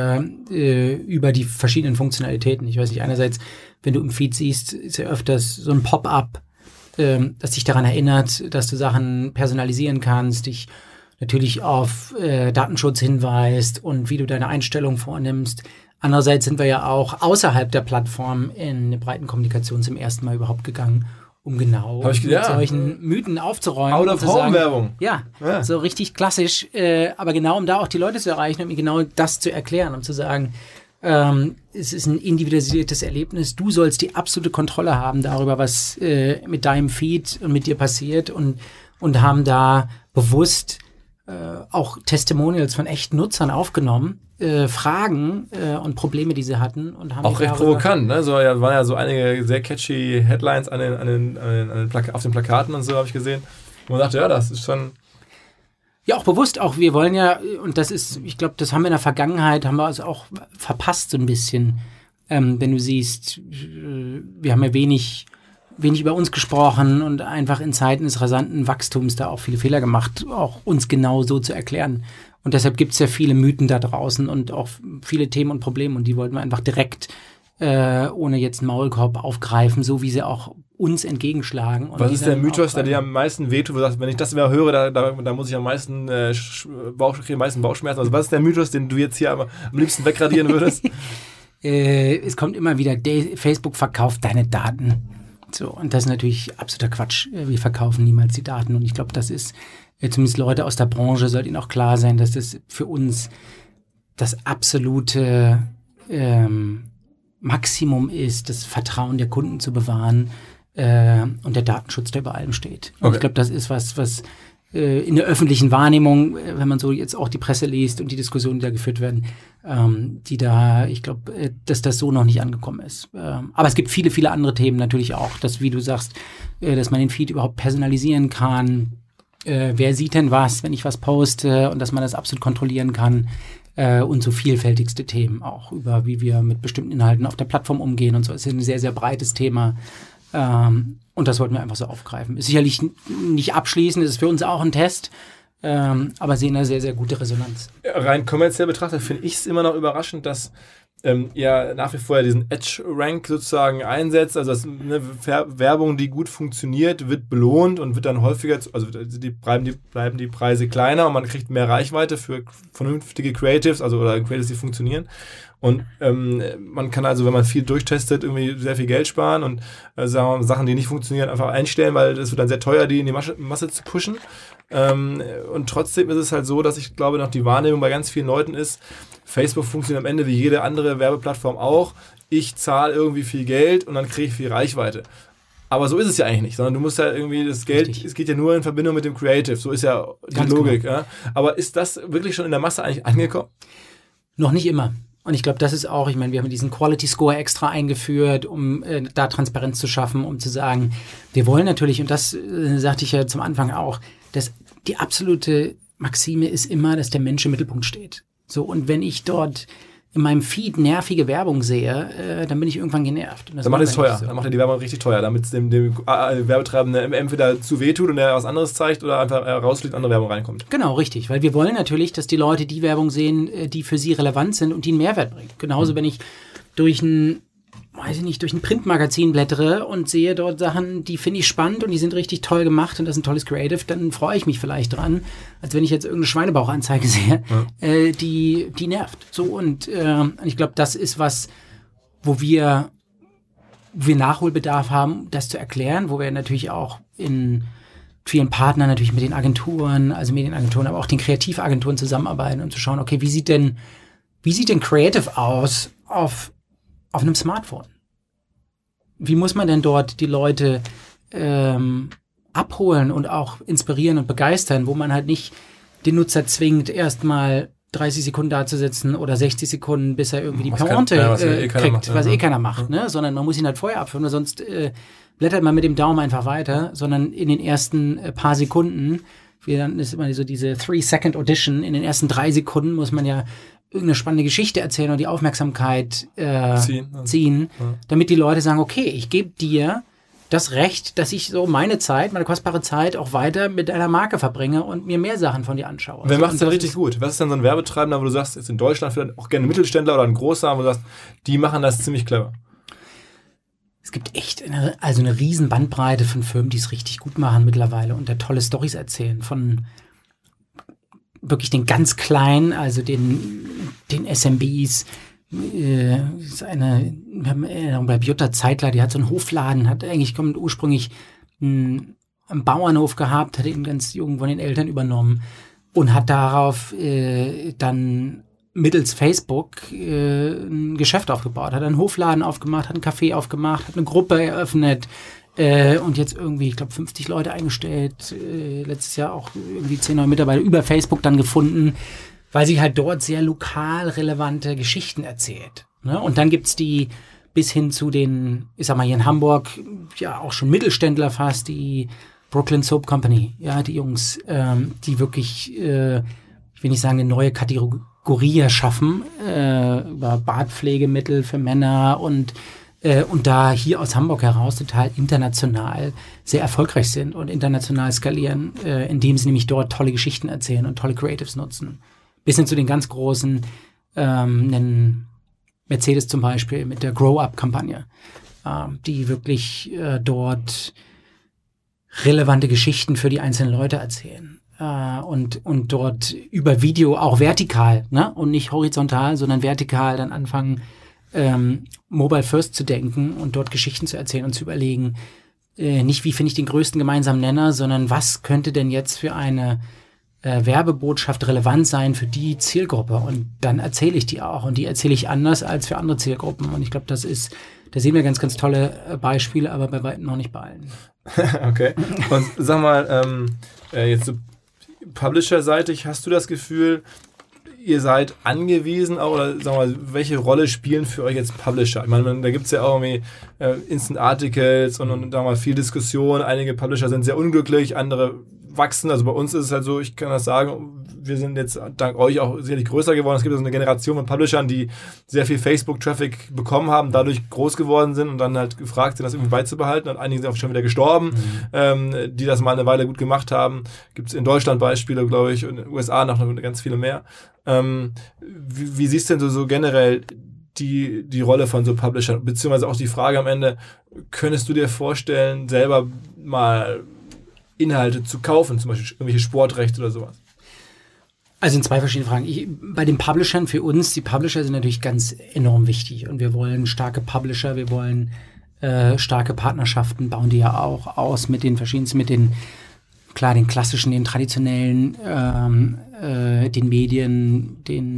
[SPEAKER 3] über die verschiedenen Funktionalitäten. Ich weiß nicht, einerseits, wenn du im Feed siehst, ist ja öfters so ein Pop-up, das dich daran erinnert, dass du Sachen personalisieren kannst, dich natürlich auf Datenschutz hinweist und wie du deine Einstellungen vornimmst. Andererseits sind wir ja auch außerhalb der Plattform in eine Breitenkommunikation zum ersten Mal überhaupt gegangen, um genau mit solchen Mythen aufzuräumen.
[SPEAKER 2] Out-of-Home-Werbung.
[SPEAKER 3] Ja, so richtig klassisch. Aber genau, um da auch die Leute zu erreichen, um ihnen genau das zu erklären, um zu sagen, es ist ein individualisiertes Erlebnis. Du sollst die absolute Kontrolle haben darüber, was mit deinem Feed und mit dir passiert und haben da bewusst auch Testimonials von echten Nutzern aufgenommen, Fragen und Probleme, die sie hatten. Und haben
[SPEAKER 2] auch recht provokant, ne? So, waren ja so einige sehr catchy Headlines auf den Plakaten und so, habe ich gesehen. Und man dachte, ja, das ist schon...
[SPEAKER 3] Ja, auch bewusst, auch wir wollen ja, und das ist, ich glaube, das haben wir in der Vergangenheit, haben wir also auch verpasst so ein bisschen. Wenn du siehst, wir haben ja wenig über uns gesprochen und einfach in Zeiten des rasanten Wachstums da auch viele Fehler gemacht, auch uns genau so zu erklären. Und deshalb gibt es ja viele Mythen da draußen und auch viele Themen und Probleme und die wollten wir einfach direkt, ohne jetzt einen Maulkorb aufgreifen, so wie sie auch uns entgegenschlagen. Und
[SPEAKER 2] was ist der Mythos, der dir am meisten wehtut? Wenn ich das mehr höre, da muss ich am meisten Bauchschmerzen. Also was ist der Mythos, den du jetzt hier am liebsten wegradieren würdest?
[SPEAKER 3] Es kommt immer wieder, Facebook verkauft deine Daten. So, und das ist natürlich absoluter Quatsch. Wir verkaufen niemals die Daten. Und ich glaube, das ist, zumindest Leute aus der Branche, sollte ihnen auch klar sein, dass das für uns das absolute Maximum ist, das Vertrauen der Kunden zu bewahren und der Datenschutz, der über allem steht. Und ich glaube, das ist was in der öffentlichen Wahrnehmung, wenn man so jetzt auch die Presse liest und die Diskussionen, die da geführt werden, ich glaube, dass das so noch nicht angekommen ist. Aber es gibt viele, viele andere Themen natürlich auch, dass, wie du sagst, dass man den Feed überhaupt personalisieren kann. Wer sieht denn was, wenn ich was poste und dass man das absolut kontrollieren kann. Und so vielfältigste Themen auch über, wie wir mit bestimmten Inhalten auf der Plattform umgehen und so. Es ist ein sehr, sehr breites Thema. Und das wollten wir einfach so aufgreifen. Ist sicherlich nicht abschließend, ist für uns auch ein Test, aber sehen eine sehr, sehr gute Resonanz.
[SPEAKER 2] Rein kommerziell betrachtet finde ich es immer noch überraschend, dass ihr nach wie vor diesen Edge-Rank sozusagen einsetzt. Also dass Werbung, die gut funktioniert, wird belohnt und wird dann häufiger, also bleiben die Preise kleiner und man kriegt mehr Reichweite für vernünftige Creatives, oder Creatives, die funktionieren. Und man kann also, wenn man viel durchtestet, irgendwie sehr viel Geld sparen und sagen wir mal, Sachen, die nicht funktionieren, einfach einstellen, weil das wird dann sehr teuer, die in die Masse zu pushen. Und trotzdem ist es halt so, dass ich glaube, noch die Wahrnehmung bei ganz vielen Leuten ist, Facebook funktioniert am Ende wie jede andere Werbeplattform auch. Ich zahle irgendwie viel Geld und dann kriege ich viel Reichweite. Aber so ist es ja eigentlich nicht, sondern du musst ja irgendwie das Geld, richtig. Es geht ja nur in Verbindung mit dem Creative, so ist ja die ganz Logik. Genau. Ja? Aber ist das wirklich schon in der Masse eigentlich angekommen?
[SPEAKER 3] Noch nicht immer. Und ich glaube, das ist auch, ich meine, wir haben diesen Quality Score extra eingeführt, um da Transparenz zu schaffen, um zu sagen, wir wollen natürlich, und das sagte ich ja zum Anfang auch, dass die absolute Maxime ist immer, dass der Mensch im Mittelpunkt steht. So, und wenn ich dort in meinem Feed nervige Werbung sehe, dann bin ich irgendwann genervt.
[SPEAKER 2] Dann macht es teuer. So. Dann macht er die Werbung richtig teuer, damit es dem Werbetreibenden entweder zu wehtut und er was anderes zeigt oder einfach rausfliegt und andere Werbung reinkommt.
[SPEAKER 3] Genau, richtig. Weil wir wollen natürlich, dass die Leute die Werbung sehen, die für sie relevant sind und die einen Mehrwert bringt. Genauso, wenn ich durch ein Printmagazin blättere und sehe dort Sachen, die finde ich spannend und die sind richtig toll gemacht und das ist ein tolles Creative, dann freue ich mich vielleicht dran, als wenn ich jetzt irgendeine Schweinebauchanzeige sehe, die nervt. So, und ich glaube, das ist was, wo wir Nachholbedarf haben, das zu erklären, wo wir natürlich auch in vielen Partnern natürlich mit den Agenturen, also Medienagenturen, aber auch den Kreativagenturen zusammenarbeiten, um zu schauen, okay, wie sieht denn Creative aus auf einem Smartphone? Wie muss man denn dort die Leute abholen und auch inspirieren und begeistern, wo man halt nicht den Nutzer zwingt, erstmal 30 Sekunden dazusitzen oder 60 Sekunden, bis er irgendwie die Pointe kriegt, was keiner macht, ne? Sondern man muss ihn halt vorher abführen, weil sonst blättert man mit dem Daumen einfach weiter, sondern in den ersten paar Sekunden, dann ist immer so diese 3-Second Audition, in den ersten 3 Sekunden muss man ja irgendeine spannende Geschichte erzählen und die Aufmerksamkeit ziehen, damit die Leute sagen, okay, ich gebe dir das Recht, dass ich so meine kostbare Zeit auch weiter mit deiner Marke verbringe und mir mehr Sachen von dir anschaue.
[SPEAKER 2] Wer macht es denn richtig gut? Was ist denn so ein Werbetreibender, wo du sagst, jetzt in Deutschland vielleicht auch gerne Mittelständler oder ein Großer, wo du sagst, die machen das ziemlich clever?
[SPEAKER 3] Es gibt echt eine riesen Bandbreite von Firmen, die es richtig gut machen mittlerweile und da tolle Storys erzählen von wirklich den ganz Kleinen, also den SMBs. Wir haben Erinnerung bei Jutta Zeitler, die hat so einen Hofladen, hat eigentlich ursprünglich einen Bauernhof gehabt, hat ihn ganz jung von den Eltern übernommen und hat darauf dann mittels Facebook ein Geschäft aufgebaut, hat einen Hofladen aufgemacht, hat einen Café aufgemacht, hat eine Gruppe eröffnet, und jetzt irgendwie, ich glaube, 50 Leute eingestellt, letztes Jahr auch irgendwie 10 neue Mitarbeiter über Facebook dann gefunden, weil sie halt dort sehr lokal relevante Geschichten erzählt. Ne? Und dann gibt's die bis hin zu den, ich sag mal hier in Hamburg, ja auch schon Mittelständler fast, die Brooklyn Soap Company, ja, die Jungs, die wirklich, ich will nicht sagen, eine neue Kategorie erschaffen, über Bartpflegemittel für Männer und da hier aus Hamburg heraus total international sehr erfolgreich sind und international skalieren, indem sie nämlich dort tolle Geschichten erzählen und tolle Creatives nutzen. Bis hin zu den ganz großen, nennen Mercedes zum Beispiel mit der Grow-Up-Kampagne, die wirklich dort relevante Geschichten für die einzelnen Leute erzählen. Und dort über Video auch vertikal, ne? Und nicht horizontal, sondern vertikal dann anfangen, Mobile First zu denken und dort Geschichten zu erzählen und zu überlegen, nicht wie finde ich den größten gemeinsamen Nenner, sondern was könnte denn jetzt für eine Werbebotschaft relevant sein für die Zielgruppe und dann erzähle ich die auch und die erzähle ich anders als für andere Zielgruppen und ich glaube, da sehen wir ganz, ganz tolle Beispiele, aber bei weitem noch nicht bei allen.
[SPEAKER 2] Okay, und sag mal, jetzt so Publisher-seitig, hast du das Gefühl, ihr seid angewiesen, auch, oder sagen wir mal, welche Rolle spielen für euch jetzt Publisher? Ich meine, da gibt es ja auch irgendwie Instant Articles und sagen wir mal, viel Diskussion. Einige Publisher sind sehr unglücklich, andere wachsen. Also bei uns ist es halt so, ich kann das sagen, wir sind jetzt dank euch auch sicherlich größer geworden. Es gibt also eine Generation von Publishern, die sehr viel Facebook-Traffic bekommen haben, dadurch groß geworden sind und dann halt gefragt sind, das irgendwie beizubehalten. Und einige sind auch schon wieder gestorben, die das mal eine Weile gut gemacht haben. Gibt es in Deutschland Beispiele, glaube ich, und in den USA noch ganz viele mehr. Wie siehst du denn so generell die Rolle von so Publishern, beziehungsweise auch die Frage am Ende, könntest du dir vorstellen, selber mal Inhalte zu kaufen, zum Beispiel irgendwelche Sportrechte oder sowas?
[SPEAKER 3] Also in zwei verschiedene Fragen. Bei den Publishern für uns, die Publisher sind natürlich ganz enorm wichtig und wir wollen starke Publisher, wir wollen starke Partnerschaften, bauen die ja auch aus mit den verschiedensten, den klassischen, den traditionellen, den Medien,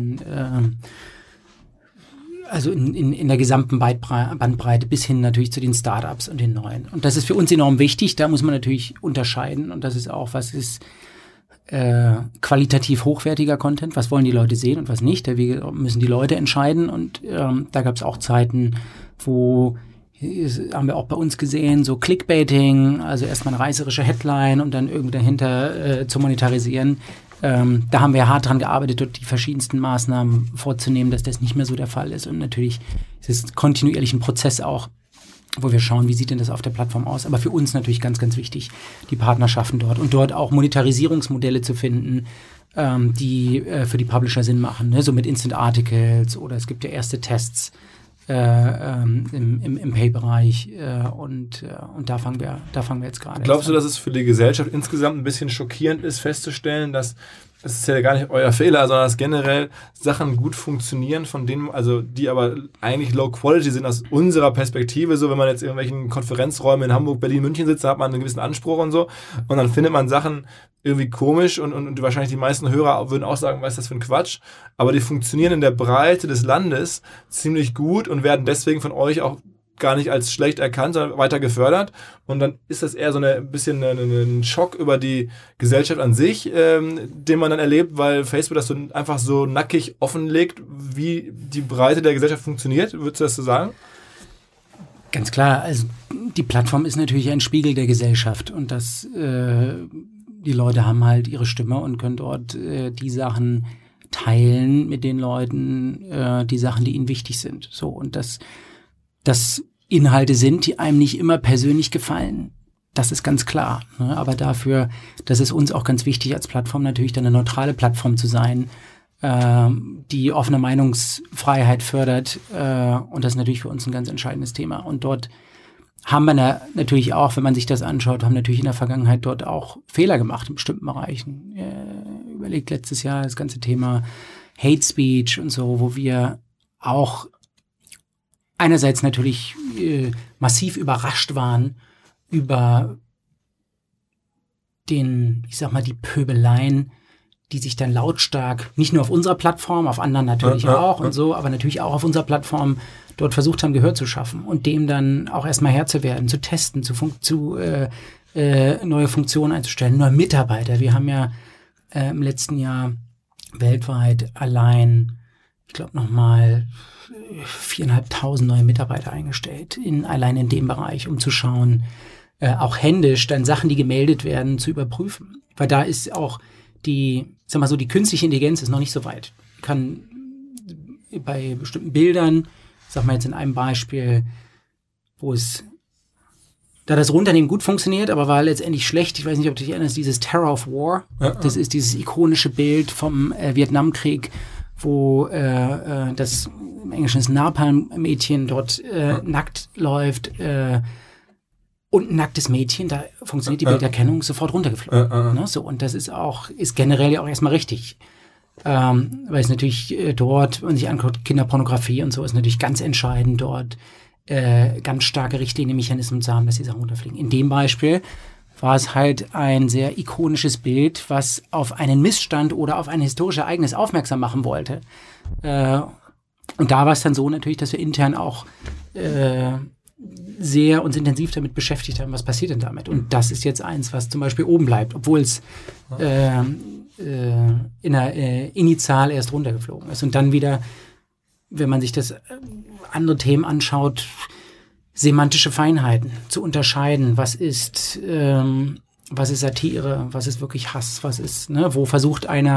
[SPEAKER 3] also in der gesamten Bandbreite bis hin natürlich zu den Startups und den neuen. Und das ist für uns enorm wichtig, da muss man natürlich unterscheiden und das ist auch, was ist qualitativ hochwertiger Content, was wollen die Leute sehen und was nicht, da müssen die Leute entscheiden und da gab es auch Zeiten, wo haben wir auch bei uns gesehen, so Clickbaiting, also erstmal eine reißerische Headline und dann irgendwie dahinter zu monetarisieren. Da haben wir hart dran gearbeitet, dort die verschiedensten Maßnahmen vorzunehmen, dass das nicht mehr so der Fall ist. Und natürlich ist es kontinuierlich ein Prozess auch, wo wir schauen, wie sieht denn das auf der Plattform aus. Aber für uns natürlich ganz, ganz wichtig, die Partnerschaften dort und dort auch Monetarisierungsmodelle zu finden, die für die Publisher Sinn machen, ne? So mit Instant Articles oder es gibt ja erste Tests im Pay-Bereich und da fangen wir jetzt gerade.
[SPEAKER 2] Glaubst du, dass es für die Gesellschaft insgesamt ein bisschen schockierend ist, festzustellen, dass es ist ja gar nicht euer Fehler, sondern dass generell Sachen gut funktionieren, von denen, also die aber eigentlich Low Quality sind aus unserer Perspektive, so wenn man jetzt in irgendwelchen Konferenzräumen in Hamburg, Berlin, München sitzt, da hat man einen gewissen Anspruch und so und dann findet man Sachen irgendwie komisch und wahrscheinlich die meisten Hörer würden auch sagen, was ist das für ein Quatsch, aber die funktionieren in der Breite des Landes ziemlich gut und werden deswegen von euch auch gar nicht als schlecht erkannt, sondern weiter gefördert. Und dann ist das eher so ein bisschen ein Schock über die Gesellschaft an sich, den man dann erlebt, weil Facebook das so einfach so nackig offenlegt, wie die Breite der Gesellschaft funktioniert. Würdest du das so sagen?
[SPEAKER 3] Ganz klar. Also die Plattform ist natürlich ein Spiegel der Gesellschaft und das die Leute haben halt ihre Stimme und können dort die Sachen teilen mit den Leuten, die Sachen, die ihnen wichtig sind. So, und das Inhalte sind, die einem nicht immer persönlich gefallen. Das ist ganz klar. Ne? Aber dafür, das ist uns auch ganz wichtig als Plattform natürlich dann eine neutrale Plattform zu sein, die offene Meinungsfreiheit fördert. Und das ist natürlich für uns ein ganz entscheidendes Thema. Und dort haben wir natürlich auch, wenn man sich das anschaut, haben natürlich in der Vergangenheit dort auch Fehler gemacht in bestimmten Bereichen. Überlegt letztes Jahr das ganze Thema Hate Speech und so, wo wir auch einerseits natürlich massiv überrascht waren über die Pöbeleien, die sich dann lautstark, nicht nur auf unserer Plattform, auf anderen natürlich auch und so, aber natürlich auch auf unserer Plattform dort versucht haben, Gehör zu schaffen und dem dann auch erstmal Herr zu werden, zu testen, neue Funktionen einzustellen, neue Mitarbeiter. Wir haben ja im letzten Jahr weltweit allein, ich glaube nochmal 4.500 neue Mitarbeiter eingestellt, allein in dem Bereich, um zu schauen, auch händisch dann Sachen, die gemeldet werden, zu überprüfen. Weil da ist auch die künstliche Intelligenz ist noch nicht so weit. Kann bei bestimmten Bildern, sag mal jetzt in einem Beispiel, da das Runternehmen gut funktioniert, aber war letztendlich schlecht. Ich weiß nicht, ob du dich erinnerst, dieses Terror of War. Das ist dieses ikonische Bild vom Vietnamkrieg, wo das im Englischen ist Napalm-Mädchen dort nackt läuft und ein nacktes Mädchen, da funktioniert die Bilderkennung sofort runtergeflogen. Ne? So, und das ist generell ja auch erstmal richtig. Weil es natürlich dort, wenn man sich anguckt, Kinderpornografie und so, ist natürlich ganz entscheidend dort ganz starke Richtlinienmechanismen zu haben, dass die Sachen runterfliegen. In dem Beispiel war es halt ein sehr ikonisches Bild, was auf einen Missstand oder auf ein historisches Ereignis aufmerksam machen wollte. Und da war es dann so natürlich, dass wir intern auch sehr uns intensiv damit beschäftigt haben, was passiert denn damit. Und das ist jetzt eins, was zum Beispiel oben bleibt, obwohl es initial erst runtergeflogen ist. Und dann wieder, wenn man sich das andere Themen anschaut, semantische Feinheiten zu unterscheiden, was ist Satire, was ist wirklich Hass, was ist, ne, wo versucht einer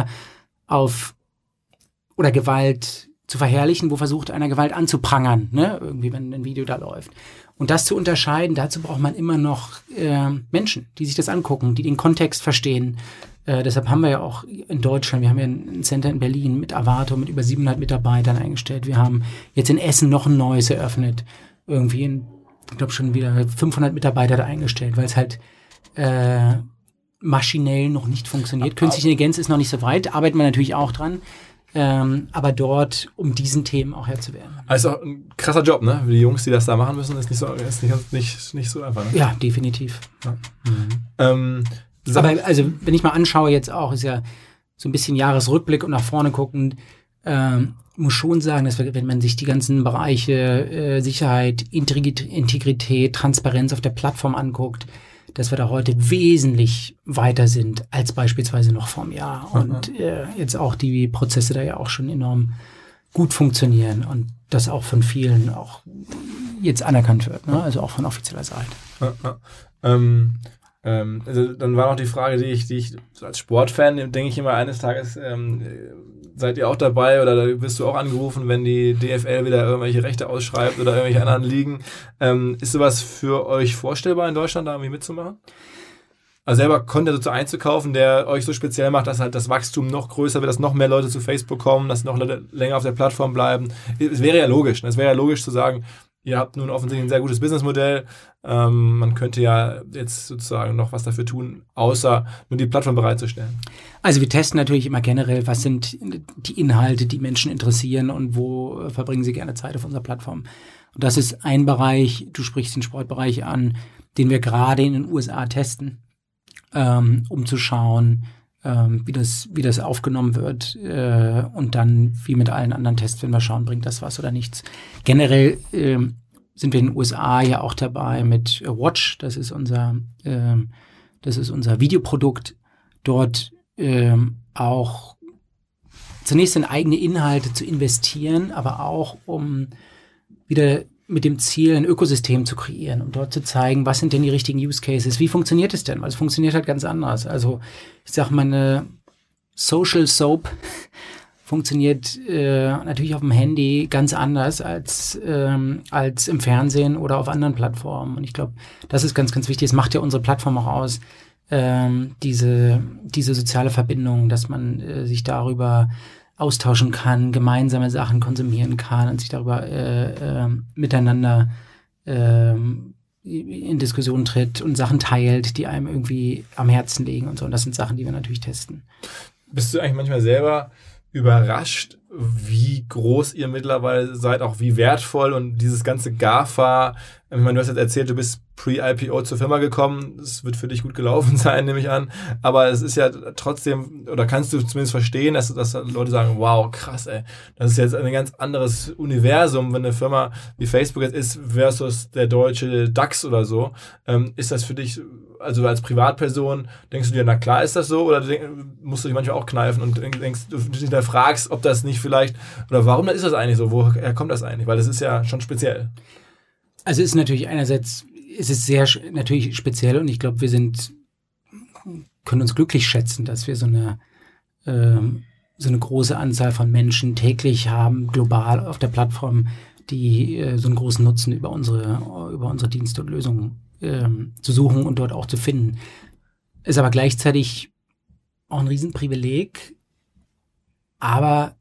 [SPEAKER 3] Gewalt zu verherrlichen, wo versucht einer Gewalt anzuprangern, ne, irgendwie, wenn ein Video da läuft. Und das zu unterscheiden, dazu braucht man immer noch Menschen, die sich das angucken, die den Kontext verstehen. Deshalb haben wir ja auch in Deutschland, wir haben ja ein Center in Berlin mit Avato, mit über 700 Mitarbeitern eingestellt. Wir haben jetzt in Essen noch ein neues eröffnet. Irgendwie ich glaube schon wieder 500 Mitarbeiter da eingestellt, weil es halt maschinell noch nicht funktioniert. Künstliche Intelligenz ist noch nicht so weit, arbeitet man natürlich auch dran. Aber dort, um diesen Themen auch Herr zu werden.
[SPEAKER 2] Also auch ein krasser Job, ne? Die Jungs, die das da machen müssen, ist nicht so einfach. Ne?
[SPEAKER 3] Ja, definitiv.
[SPEAKER 2] Ja.
[SPEAKER 3] Aber also, wenn ich mal anschaue, jetzt auch, ist ja so ein bisschen Jahresrückblick und nach vorne guckend, muss schon sagen, dass wenn man sich die ganzen Bereiche Sicherheit, Integrität, Transparenz auf der Plattform anguckt, dass wir da heute wesentlich weiter sind als beispielsweise noch vor einem Jahr. Und jetzt auch die Prozesse da ja auch schon enorm gut funktionieren und das auch von vielen auch jetzt anerkannt wird, ne? Also auch von offizieller Seite.
[SPEAKER 2] Also dann war noch die Frage, die ich als Sportfan, denke ich immer eines Tages, seid ihr auch dabei oder wirst du auch angerufen, wenn die DFL wieder irgendwelche Rechte ausschreibt oder irgendwelche anderen Ligen? Ist sowas für euch vorstellbar in Deutschland, da irgendwie mitzumachen? Also selber Content so einzukaufen, der euch so speziell macht, dass halt das Wachstum noch größer wird, dass noch mehr Leute zu Facebook kommen, dass noch Leute länger auf der Plattform bleiben. Es wäre ja logisch. Es wäre ja logisch zu sagen, ihr habt nun offensichtlich ein sehr gutes Businessmodell. Man könnte ja jetzt sozusagen noch was dafür tun, außer nur die Plattform bereitzustellen.
[SPEAKER 3] Also wir testen natürlich immer generell, was sind die Inhalte, die Menschen interessieren und wo verbringen sie gerne Zeit auf unserer Plattform. Und das ist ein Bereich, du sprichst den Sportbereich an, den wir gerade in den USA testen, um zu schauen, wie das aufgenommen wird und dann, wie mit allen anderen Tests, wenn wir schauen, bringt das was oder nichts. Generell sind wir in den USA ja auch dabei mit Watch, das ist unser Videoprodukt, dort auch zunächst in eigene Inhalte zu investieren, aber auch um wieder mit dem Ziel, ein Ökosystem zu kreieren, um dort zu zeigen, was sind denn die richtigen Use Cases, wie funktioniert es denn? Weil es funktioniert halt ganz anders. Also ich sag mal, eine Social Soap funktioniert natürlich auf dem Handy ganz anders als im Fernsehen oder auf anderen Plattformen. Und ich glaube, das ist ganz, ganz wichtig. Es macht ja unsere Plattform auch aus, diese soziale Verbindung, dass man sich darüber austauschen kann, gemeinsame Sachen konsumieren kann und sich darüber miteinander in Diskussion tritt und Sachen teilt, die einem irgendwie am Herzen liegen und so. Und das sind Sachen, die wir natürlich testen.
[SPEAKER 2] Bist du eigentlich manchmal selber überrascht, wie groß ihr mittlerweile seid, auch wie wertvoll und dieses ganze GAFA, ich meine, du hast jetzt erzählt, du bist pre-IPO zur Firma gekommen, es wird für dich gut gelaufen sein, nehme ich an, aber es ist ja trotzdem, oder kannst du zumindest verstehen, dass Leute sagen, wow, krass, ey, das ist jetzt ein ganz anderes Universum, wenn eine Firma wie Facebook jetzt ist versus der deutsche DAX oder so, ist das für dich, also als Privatperson, denkst du dir, na klar ist das so, oder musst du dich manchmal auch kneifen und denkst, du dich fragst, ob das nicht vielleicht, oder warum ist das eigentlich so, woher kommt das eigentlich, weil das ist ja schon speziell.
[SPEAKER 3] Also es ist natürlich einerseits, es ist sehr natürlich speziell und ich glaube, wir können uns glücklich schätzen, dass wir so eine große Anzahl von Menschen täglich haben, global auf der Plattform, die so einen großen Nutzen über unsere Dienste und Lösungen zu suchen und dort auch zu finden. Ist aber gleichzeitig auch ein Riesenprivileg, aber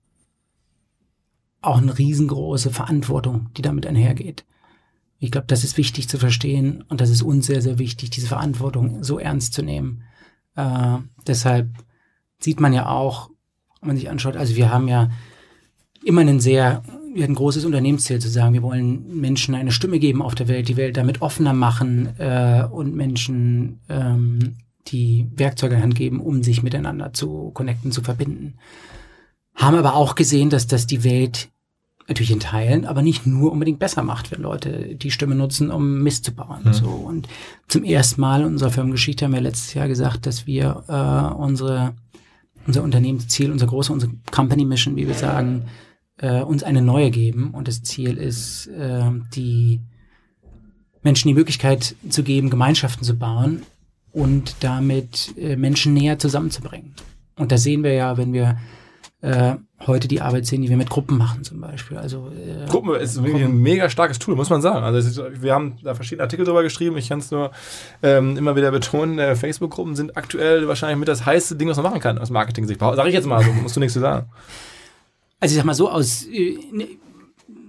[SPEAKER 3] auch eine riesengroße Verantwortung, die damit einhergeht. Ich glaube, das ist wichtig zu verstehen und das ist uns sehr, sehr wichtig, diese Verantwortung so ernst zu nehmen. Deshalb sieht man ja auch, wenn man sich anschaut, also wir haben ja immer ein großes Unternehmensziel zu sagen, wir wollen Menschen eine Stimme geben auf der Welt, die Welt damit offener machen und Menschen die Werkzeuge in die Hand geben, um sich miteinander zu connecten, zu verbinden. Haben aber auch gesehen, dass das die Welt natürlich in Teilen, aber nicht nur unbedingt besser macht, wenn Leute die Stimme nutzen, um Mist zu bauen. Mhm. So. Und zum ersten Mal in unserer Firmengeschichte haben wir letztes Jahr gesagt, dass wir unser Unternehmensziel, unsere Company Mission, wie wir sagen, uns eine neue geben. Und das Ziel ist, die Menschen die Möglichkeit zu geben, Gemeinschaften zu bauen und damit Menschen näher zusammenzubringen. Und da sehen wir ja, wenn wir heute die Arbeit sehen, die wir mit Gruppen machen zum Beispiel. Also
[SPEAKER 2] Gruppen ist wirklich ein mega starkes Tool, muss man sagen. Also wir haben da verschiedene Artikel drüber geschrieben. Ich kann es nur immer wieder betonen, Facebook-Gruppen sind aktuell wahrscheinlich mit das heiße Ding, was man machen kann aus Marketing-Sicht. Sag ich jetzt mal, so musst du nichts zu sagen.
[SPEAKER 3] Also ich sag mal so,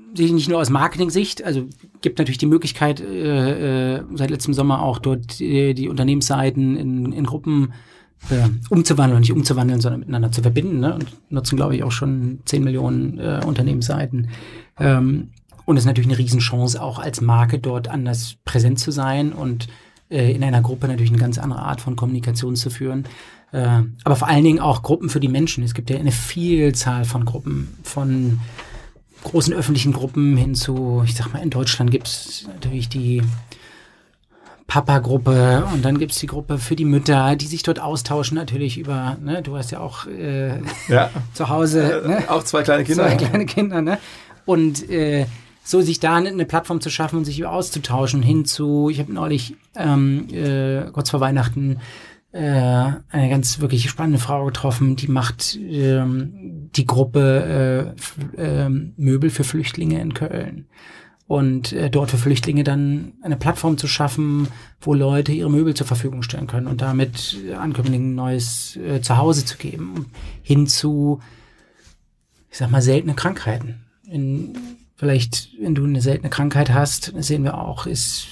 [SPEAKER 3] sehe ich nicht nur aus Marketing-Sicht, also gibt natürlich die Möglichkeit, seit letztem Sommer auch dort die Unternehmensseiten in Gruppen umzuwandeln, nicht umzuwandeln, sondern miteinander zu verbinden, ne? Und nutzen, glaube ich, auch schon 10 Millionen Unternehmensseiten. Und es ist natürlich eine Riesenchance, auch als Marke dort anders präsent zu sein und in einer Gruppe natürlich eine ganz andere Art von Kommunikation zu führen. Aber vor allen Dingen auch Gruppen für die Menschen. Es gibt ja eine Vielzahl von Gruppen, von großen öffentlichen Gruppen hin zu, ich sag mal, in Deutschland gibt es natürlich die Papa-Gruppe und dann gibt es die Gruppe für die Mütter, die sich dort austauschen natürlich über, ne, du hast ja auch zu Hause
[SPEAKER 2] auch 2 kleine Kinder.
[SPEAKER 3] 2 kleine Kinder, ne? Und so sich da eine Plattform zu schaffen und sich auszutauschen hin zu, ich habe neulich kurz vor Weihnachten eine ganz wirklich spannende Frau getroffen, die macht die Gruppe Möbel für Flüchtlinge in Köln. Und dort für Flüchtlinge dann eine Plattform zu schaffen, wo Leute ihre Möbel zur Verfügung stellen können und damit Ankömmlingen ein neues Zuhause zu geben, hin zu, ich sag mal, seltene Krankheiten. Vielleicht, wenn du eine seltene Krankheit hast, das sehen wir auch, ist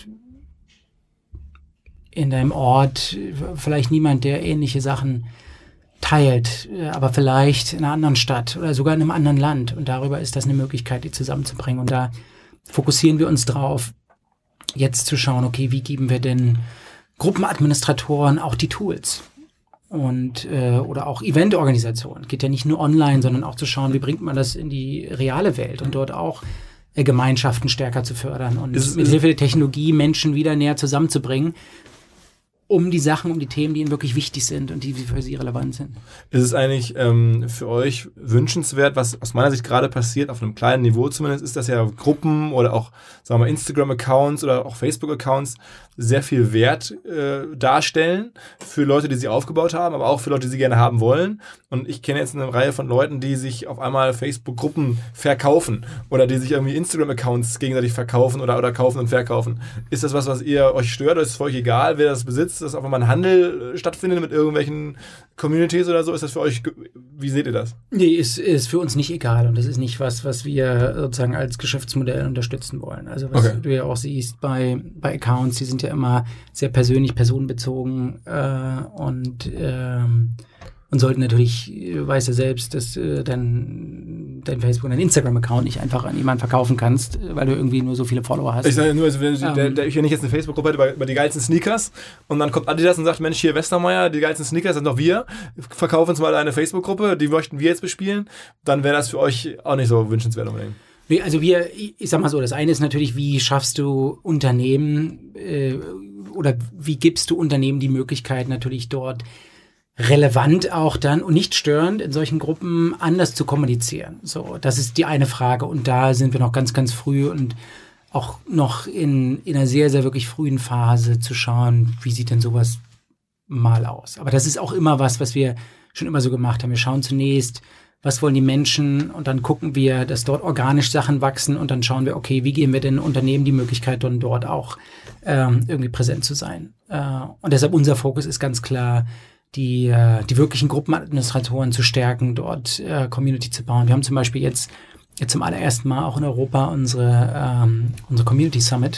[SPEAKER 3] in deinem Ort vielleicht niemand, der ähnliche Sachen teilt, aber vielleicht in einer anderen Stadt oder sogar in einem anderen Land. Und darüber ist das eine Möglichkeit, die zusammenzubringen. Und da fokussieren wir uns drauf, jetzt zu schauen, okay, wie geben wir denn Gruppenadministratoren auch die Tools? Und oder auch Eventorganisationen. Geht ja nicht nur online, sondern auch zu schauen, wie bringt man das in die reale Welt und dort auch Gemeinschaften stärker zu fördern und mit Hilfe der Technologie Menschen wieder näher zusammenzubringen, um die Sachen, um die Themen, die ihnen wirklich wichtig sind und die für sie relevant sind.
[SPEAKER 2] Ist es eigentlich für euch wünschenswert, was aus meiner Sicht gerade passiert, auf einem kleinen Niveau zumindest, ist, dass ja Gruppen oder auch, sagen wir mal, Instagram-Accounts oder auch Facebook-Accounts sehr viel Wert darstellen für Leute, die sie aufgebaut haben, aber auch für Leute, die sie gerne haben wollen. Und ich kenne jetzt eine Reihe von Leuten, die sich auf einmal Facebook-Gruppen verkaufen oder die sich irgendwie Instagram-Accounts gegenseitig verkaufen oder kaufen und verkaufen. Ist das was ihr euch stört oder ist es für euch egal, wer das besitzt, dass auf einmal ein Handel stattfindet mit irgendwelchen Communities oder so? Ist das für euch, wie seht ihr das?
[SPEAKER 3] Nee, ist für uns nicht egal und das ist nicht was wir sozusagen als Geschäftsmodell unterstützen wollen. Also was du ja auch siehst bei Accounts, die sind ja immer sehr persönlich, personenbezogen und sollten natürlich, weißt du selbst, dass dein Facebook- und dein Instagram-Account nicht einfach an jemanden verkaufen kannst, weil du irgendwie nur so viele Follower hast.
[SPEAKER 2] Ich sage nur, also wenn ich nicht jetzt eine Facebook-Gruppe hätte über die geilsten Sneakers und dann kommt Adidas und sagt, Mensch, hier Westermeier, die geilsten Sneakers sind doch wir, verkaufen uns mal eine Facebook-Gruppe, die möchten wir jetzt bespielen, dann wäre das für euch auch nicht so wünschenswert unbedingt.
[SPEAKER 3] Nee, also ich sag mal so, das eine ist natürlich, wie schaffst du Unternehmen oder wie gibst du Unternehmen die Möglichkeit natürlich dort relevant auch dann und nicht störend in solchen Gruppen anders zu kommunizieren. So, das ist die eine Frage und da sind wir noch ganz, ganz früh und auch noch in einer sehr, sehr wirklich frühen Phase zu schauen, wie sieht denn sowas mal aus. Aber das ist auch immer was wir schon immer so gemacht haben. Wir schauen zunächst, was wollen die Menschen und dann gucken wir, dass dort organisch Sachen wachsen und dann schauen wir, okay, wie geben wir den Unternehmen die Möglichkeit, dann dort auch irgendwie präsent zu sein. Und deshalb unser Fokus ist ganz klar, die wirklichen Gruppenadministratoren zu stärken, dort Community zu bauen. Wir haben zum Beispiel jetzt zum allerersten Mal auch in Europa unsere Community Summit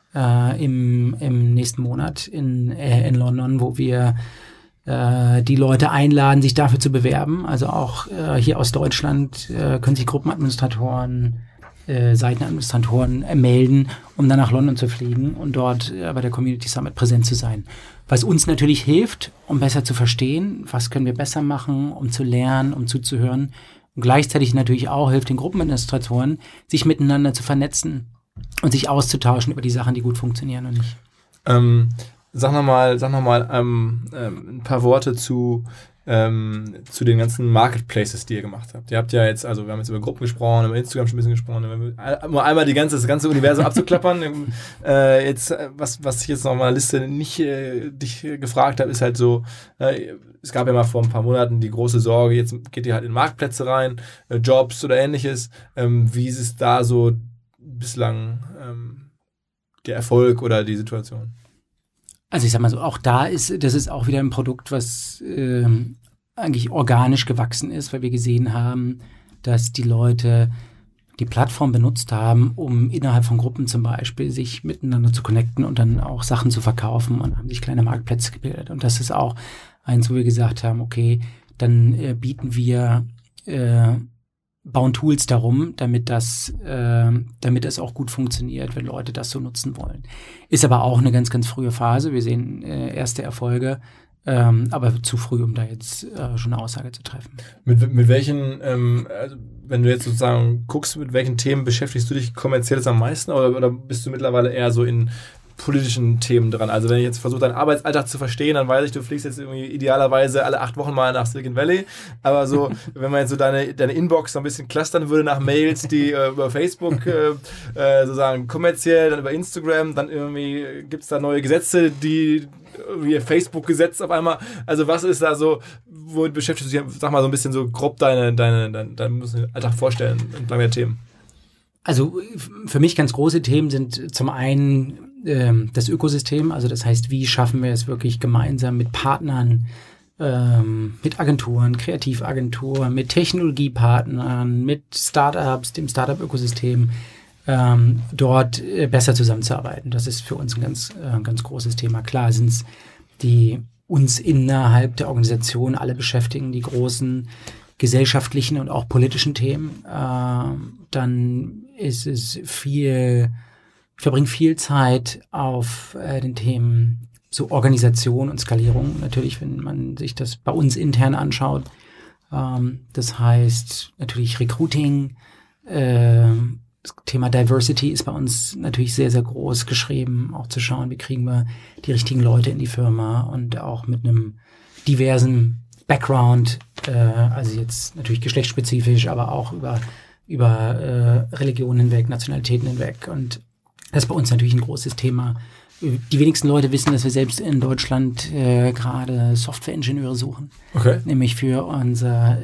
[SPEAKER 3] im nächsten Monat in London, wo wir die Leute einladen, sich dafür zu bewerben. Also auch hier aus Deutschland können sich Gruppenadministratoren, Seitenadministratoren melden, um dann nach London zu fliegen und dort bei der Community Summit präsent zu sein. Was uns natürlich hilft, um besser zu verstehen, was können wir besser machen, um zu lernen, um zuzuhören. Und gleichzeitig natürlich auch hilft den Gruppenadministratoren, sich miteinander zu vernetzen und sich auszutauschen über die Sachen, die gut funktionieren und nicht.
[SPEAKER 2] Sag noch mal ein paar Worte zu den ganzen Marketplaces, die ihr gemacht habt. Ihr habt ja jetzt, also wir haben jetzt über Gruppen gesprochen, über Instagram schon ein bisschen gesprochen, um einmal das ganze Universum abzuklappern. Jetzt, was ich jetzt noch mal Liste nicht dich gefragt habe, ist halt so, es gab ja mal vor ein paar Monaten die große Sorge, jetzt geht ihr halt in Marktplätze rein, Jobs oder ähnliches. Wie ist es da so bislang der Erfolg oder die Situation?
[SPEAKER 3] Also ich sag mal so, auch das ist auch wieder ein Produkt, was eigentlich organisch gewachsen ist, weil wir gesehen haben, dass die Leute die Plattform benutzt haben, um innerhalb von Gruppen zum Beispiel sich miteinander zu connecten und dann auch Sachen zu verkaufen und haben sich kleine Marktplätze gebildet. Und das ist auch eins, wo wir gesagt haben, okay, dann bauen Tools darum, damit das auch gut funktioniert, wenn Leute das so nutzen wollen. Ist aber auch eine ganz, ganz frühe Phase. Wir sehen erste Erfolge, aber zu früh, um da jetzt schon eine Aussage zu treffen.
[SPEAKER 2] Mit welchen, also wenn du jetzt sozusagen guckst, mit welchen Themen beschäftigst du dich kommerziell am meisten oder bist du mittlerweile eher so in politischen Themen dran? Also wenn ich jetzt versuche, deinen Arbeitsalltag zu verstehen, dann weiß ich, du fliegst jetzt irgendwie idealerweise alle 8 Wochen mal nach Silicon Valley, aber so, wenn man jetzt so deine Inbox so ein bisschen clustern würde nach Mails, die über Facebook sozusagen kommerziell, dann über Instagram, dann irgendwie gibt es da neue Gesetze, die wie Facebook-Gesetz auf einmal, also was ist da so, womit beschäftigst du dich, sag mal so ein bisschen so grob deinen Alltag vorstellen entlang der Themen?
[SPEAKER 3] Also für mich ganz große Themen sind zum einen das Ökosystem, also das heißt, wie schaffen wir es wirklich gemeinsam mit Partnern, mit Agenturen, Kreativagenturen, mit Technologiepartnern, mit Startups, dem Startup-Ökosystem, dort besser zusammenzuarbeiten. Das ist für uns ein ganz großes Thema. Klar sind es die uns innerhalb der Organisation alle beschäftigen, die großen gesellschaftlichen und auch politischen Themen. Dann ist es ich verbringe viel Zeit auf den Themen so Organisation und Skalierung. Natürlich, wenn man sich das bei uns intern anschaut. Das heißt natürlich Recruiting, das Thema Diversity ist bei uns natürlich sehr, sehr groß geschrieben, auch zu schauen, wie kriegen wir die richtigen Leute in die Firma und auch mit einem diversen Background, also jetzt natürlich geschlechtsspezifisch, aber auch über Religionen hinweg, Nationalitäten hinweg. Und das ist bei uns natürlich ein großes Thema. Die wenigsten Leute wissen, dass wir selbst in Deutschland gerade Software-Ingenieure suchen. Okay. Nämlich für unser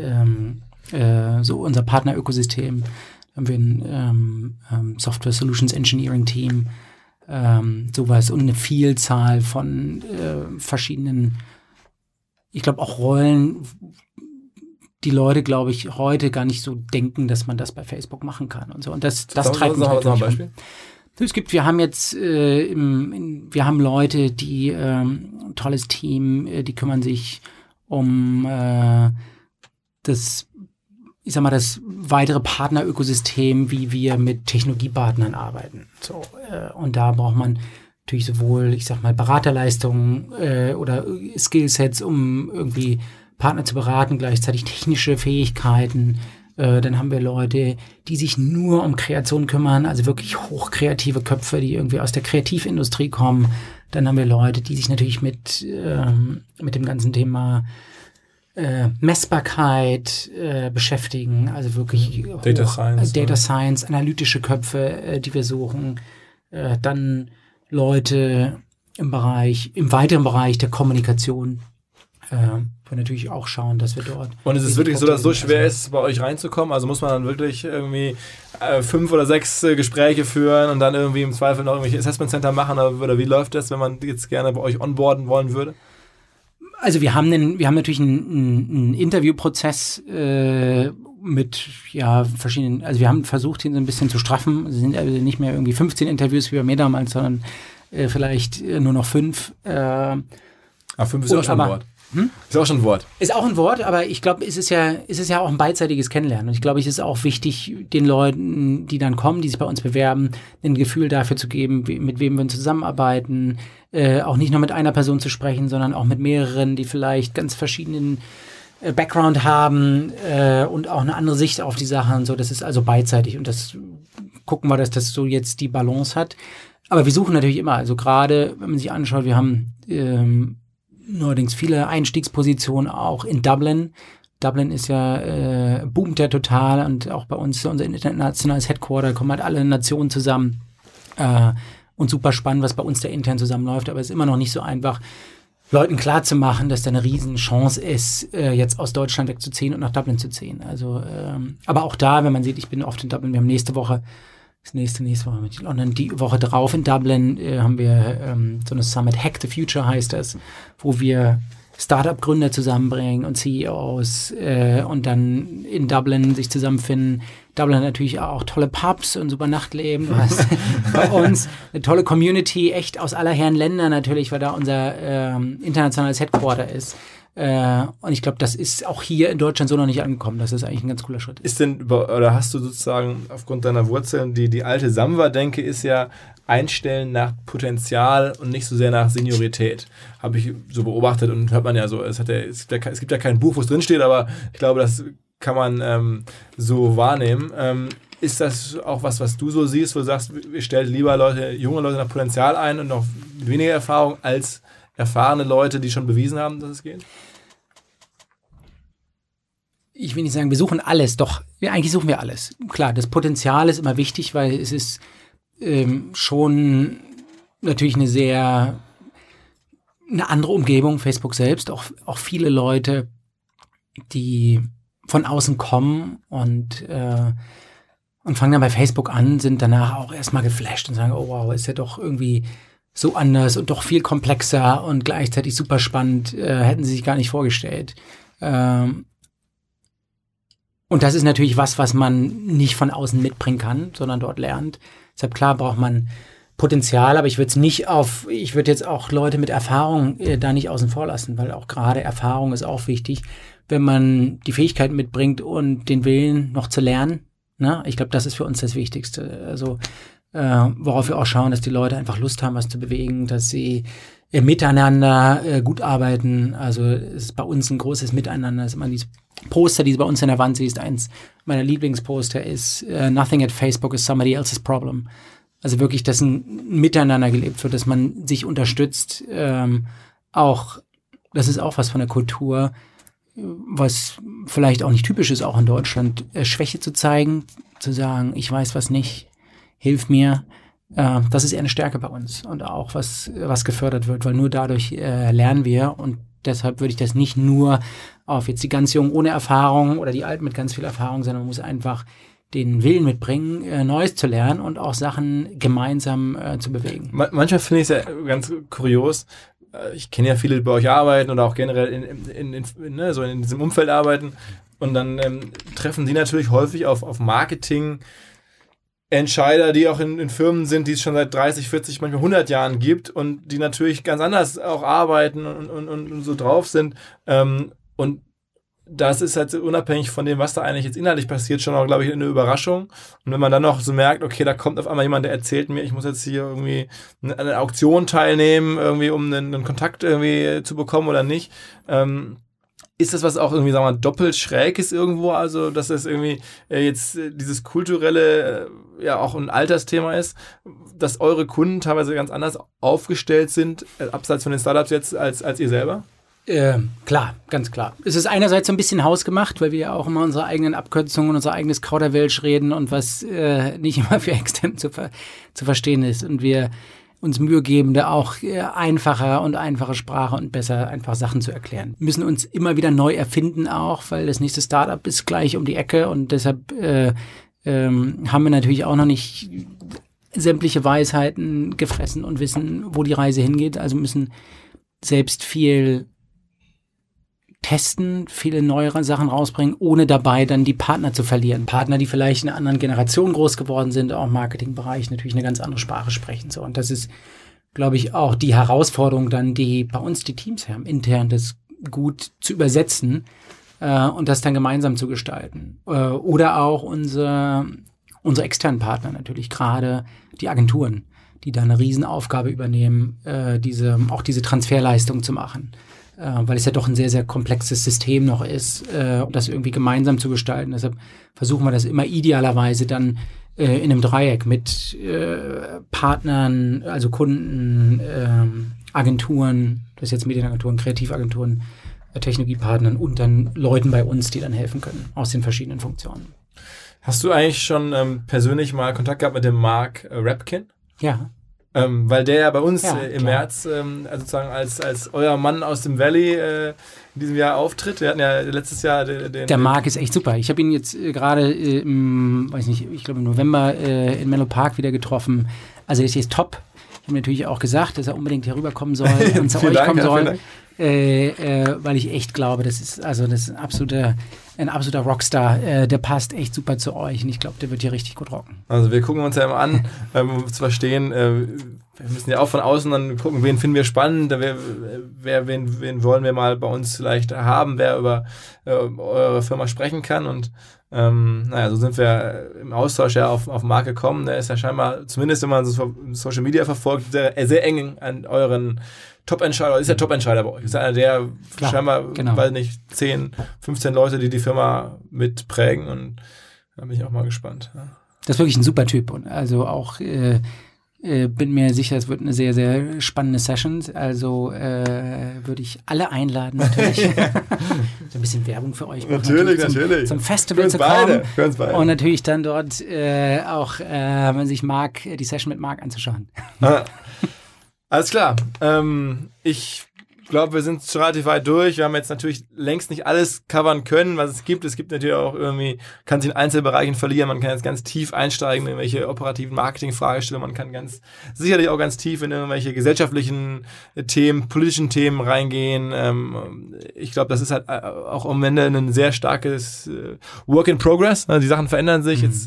[SPEAKER 3] Partnerökosystem haben wir ein Software Solutions Engineering Team, sowas und eine Vielzahl von verschiedenen, ich glaube auch Rollen, die Leute, glaube ich, heute gar nicht so denken, dass man das bei Facebook machen kann und so. Und das treibt mich natürlich an. Wir haben jetzt, wir haben Leute, die ein tolles Team, die kümmern sich um das weitere Partnerökosystem, wie wir mit Technologiepartnern arbeiten. So, und da braucht man natürlich sowohl, Beraterleistungen oder Skillsets, um irgendwie Partner zu beraten, gleichzeitig technische Fähigkeiten. Dann haben wir Leute, die sich nur um Kreation kümmern, also wirklich hochkreative Köpfe, die irgendwie aus der Kreativindustrie kommen. Dann haben wir Leute, die sich natürlich mit dem ganzen Thema Messbarkeit beschäftigen, also wirklich
[SPEAKER 2] Data Science,
[SPEAKER 3] analytische Köpfe, die wir suchen. Dann Leute im weiteren Bereich der Kommunikation. Wir natürlich auch schauen, dass wir dort...
[SPEAKER 2] Und ist es wirklich so, dass es so schwer ist, bei euch reinzukommen? Also muss man dann wirklich irgendwie 5 oder 6 Gespräche führen und dann irgendwie im Zweifel noch irgendwelche Assessment Center machen? Oder wie läuft das, wenn man jetzt gerne bei euch onboarden wollen würde?
[SPEAKER 3] Also wir haben natürlich einen Interviewprozess mit verschiedenen... Also wir haben versucht, ihn so ein bisschen zu straffen. Es sind also nicht mehr irgendwie 15 Interviews wie bei mir damals, sondern vielleicht nur noch 5.
[SPEAKER 2] 5 ist auch schon ein Wort. Ist auch schon ein Wort.
[SPEAKER 3] Ist auch ein Wort, aber ich glaube, es ist ja auch ein beidseitiges Kennenlernen. Und ich glaube, es ist auch wichtig, den Leuten, die dann kommen, die sich bei uns bewerben, ein Gefühl dafür zu geben, mit wem wir zusammenarbeiten. Auch nicht nur mit einer Person zu sprechen, sondern auch mit mehreren, die vielleicht ganz verschiedenen Background haben und auch eine andere Sicht auf die Sache und so. Das ist also beidseitig. Und das gucken wir, dass das so jetzt die Balance hat. Aber wir suchen natürlich immer, also gerade, wenn man sich anschaut, wir haben neuerdings viele Einstiegspositionen auch in Dublin. Dublin ist ja, boomt ja total und auch bei uns, unser internationales Headquarter, kommen halt alle Nationen zusammen und super spannend, was bei uns da intern zusammenläuft, aber es ist immer noch nicht so einfach, Leuten klarzumachen, dass da eine Riesenchance ist, jetzt aus Deutschland wegzuziehen und nach Dublin zu ziehen. Also, aber auch da, wenn man sieht, ich bin oft in Dublin, wir haben nächste Woche mit London, die Woche drauf in Dublin haben wir so eine Summit, Hack the Future heißt das, wo wir Startup-Gründer zusammenbringen und CEOs und dann in Dublin sich zusammenfinden, Dublin hat natürlich auch tolle Pubs und super Nachtleben. Du hast bei uns eine tolle Community, echt aus aller Herren Länder natürlich, weil da unser internationales Headquarter ist. Und ich glaube, das ist auch hier in Deutschland so noch nicht angekommen. Das ist eigentlich ein ganz cooler Schritt.
[SPEAKER 2] Ist denn, oder hast du sozusagen aufgrund deiner Wurzeln, die alte Samwa-Denke ist ja einstellen nach Potenzial und nicht so sehr nach Seniorität. Habe ich so beobachtet und hört man ja so. Es gibt ja kein Buch, wo es drin steht, aber ich glaube, das kann man so wahrnehmen. Ist das auch was du so siehst, wo du sagst, ihr stellt lieber junge Leute nach Potenzial ein und noch mit weniger Erfahrung als erfahrene Leute, die schon bewiesen haben, dass es geht?
[SPEAKER 3] Ich will nicht sagen, wir suchen alles, doch eigentlich suchen wir alles. Klar, das Potenzial ist immer wichtig, weil es ist schon natürlich eine andere Umgebung, Facebook selbst, auch viele Leute, die von außen kommen und fangen dann bei Facebook an, sind danach auch erstmal geflasht und sagen, oh wow, ist ja doch irgendwie so anders und doch viel komplexer und gleichzeitig super spannend, hätten sie sich gar nicht vorgestellt. Und das ist natürlich was man nicht von außen mitbringen kann, sondern dort lernt. Deshalb klar braucht man Potenzial, aber ich würde jetzt auch Leute mit Erfahrung da nicht außen vor lassen, weil auch gerade Erfahrung ist auch wichtig, wenn man die Fähigkeiten mitbringt und den Willen noch zu lernen. Ne? Ich glaube, das ist für uns das Wichtigste. Also worauf wir auch schauen, dass die Leute einfach Lust haben, was zu bewegen, dass sie miteinander gut arbeiten. Also es ist bei uns ein großes Miteinander. Es ist immer dieses Poster, die du bei uns in der Wand siehst. Eins meiner Lieblingsposter ist Nothing at Facebook is somebody else's problem. Also wirklich, dass ein Miteinander gelebt wird, dass man sich unterstützt. Auch, das ist auch was von der Kultur, was vielleicht auch nicht typisch ist, auch in Deutschland, Schwäche zu zeigen, zu sagen, ich weiß was nicht, hilf mir. Das ist eher eine Stärke bei uns und auch was gefördert wird, weil nur dadurch lernen wir und deshalb würde ich das nicht nur auf jetzt die ganz Jungen ohne Erfahrung oder die Alten mit ganz viel Erfahrung, sondern man muss einfach den Willen mitbringen, Neues zu lernen und auch Sachen gemeinsam zu bewegen.
[SPEAKER 2] Manchmal finde ich es ja ganz kurios. Ich kenne ja viele, die bei euch arbeiten oder auch generell in diesem Umfeld arbeiten und dann treffen die natürlich häufig auf Marketing Entscheider, die auch in Firmen sind, die es schon seit 30, 40, manchmal 100 Jahren gibt und die natürlich ganz anders auch arbeiten und so drauf sind. Und das ist halt unabhängig von dem, was da eigentlich jetzt inhaltlich passiert, schon auch, glaube ich, eine Überraschung. Und wenn man dann noch so merkt, okay, da kommt auf einmal jemand, der erzählt mir, ich muss jetzt hier irgendwie an einer Auktion teilnehmen, irgendwie um einen Kontakt irgendwie zu bekommen oder nicht, ist das was auch irgendwie, sagen wir mal, doppelt schräg ist irgendwo, also dass das irgendwie jetzt dieses kulturelle ja auch ein Altersthema ist, dass eure Kunden teilweise ganz anders aufgestellt sind, abseits von den Startups jetzt, als ihr selber?
[SPEAKER 3] Klar, ganz klar. Es ist einerseits so ein bisschen hausgemacht, weil wir ja auch immer unsere eigenen Abkürzungen und unser eigenes Kauderwelsch reden und was nicht immer für extern zu verstehen ist und wir uns Mühe geben, da auch einfache Sprache und besser einfach Sachen zu erklären. Wir müssen uns immer wieder neu erfinden auch, weil das nächste Startup ist gleich um die Ecke und deshalb haben wir natürlich auch noch nicht sämtliche Weisheiten gefressen und wissen, wo die Reise hingeht. Also müssen selbst viel testen, viele neuere Sachen rausbringen, ohne dabei dann die Partner zu verlieren. Partner, die vielleicht in einer anderen Generation groß geworden sind, auch im Marketingbereich natürlich eine ganz andere Sprache sprechen. So. Und das ist, glaube ich, auch die Herausforderung dann, die bei uns die Teams haben, intern das gut zu übersetzen und das dann gemeinsam zu gestalten. Oder auch unsere externen Partner natürlich, gerade die Agenturen, die da eine Riesenaufgabe übernehmen, auch diese Transferleistung zu machen. Weil es ja doch ein sehr, sehr komplexes System noch ist, das irgendwie gemeinsam zu gestalten. Deshalb versuchen wir das immer idealerweise dann in einem Dreieck mit Partnern, also Kunden, Agenturen, das ist jetzt Medienagenturen, Kreativagenturen, Technologiepartnern und dann Leuten bei uns, die dann helfen können aus den verschiedenen Funktionen.
[SPEAKER 2] Hast du eigentlich schon persönlich mal Kontakt gehabt mit dem Mark Rapkin?
[SPEAKER 3] Ja.
[SPEAKER 2] Weil der ja bei uns im März sozusagen als euer Mann aus dem Valley in diesem Jahr auftritt. Wir hatten ja letztes Jahr
[SPEAKER 3] der Marc ist echt super. Ich habe ihn jetzt gerade im November in Menlo Park wieder getroffen. Also der ist top. Ich habe natürlich auch gesagt, dass er unbedingt hier rüberkommen soll und zu euch kommen soll. Weil ich echt glaube, das ist ein absoluter ein absoluter Rockstar. Der passt echt super zu euch und ich glaube, der wird hier richtig gut rocken.
[SPEAKER 2] Also wir gucken uns ja immer an, um zu verstehen, wir müssen ja auch von außen dann gucken, wen finden wir spannend, wen wollen wir mal bei uns vielleicht haben, wer über eure Firma sprechen kann und so sind wir im Austausch ja auf Marc gekommen. Der ist ja scheinbar, zumindest wenn man so Social Media verfolgt, sehr eng an euren Top-Entscheider, ist der Top-Entscheider bei euch. Ist einer der scheinbar, weiß nicht, 10, 15 Leute, die Firma mitprägen und da bin ich auch mal gespannt. Ja.
[SPEAKER 3] Das ist wirklich ein super Typ und also auch bin mir sicher, es wird eine sehr, sehr spannende Session. Also würde ich alle einladen, natürlich. So ein bisschen Werbung für euch.
[SPEAKER 2] Natürlich.
[SPEAKER 3] Zum Festival zu kommen.
[SPEAKER 2] Für uns beide.
[SPEAKER 3] Und natürlich dann dort auch, wenn sich Marc, die Session mit Marc anzuschauen.
[SPEAKER 2] Alles klar. Ich glaube, wir sind schon relativ weit durch. Wir haben jetzt natürlich längst nicht alles covern können, was es gibt. Es gibt natürlich auch irgendwie, kann sich in Einzelbereichen verlieren. Man kann jetzt ganz tief einsteigen in irgendwelche operativen Marketing-Fragestellungen. Man kann sicherlich auch ganz tief in irgendwelche gesellschaftlichen Themen, politischen Themen reingehen. Ich glaube, das ist halt auch am Ende ein sehr starkes Work in Progress. Die Sachen verändern sich. Jetzt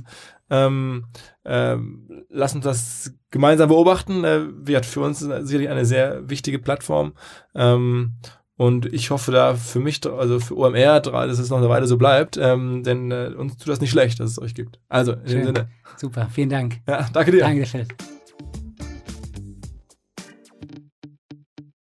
[SPEAKER 2] lass uns das gemeinsam beobachten. Für uns sicherlich eine sehr wichtige Plattform. Und ich hoffe da für mich, also für OMR, dass es noch eine Weile so bleibt, denn uns tut das nicht schlecht, dass es euch gibt. Also, in dem Sinne.
[SPEAKER 3] Super, vielen Dank.
[SPEAKER 2] Ja, danke dir.
[SPEAKER 3] Danke, Phil.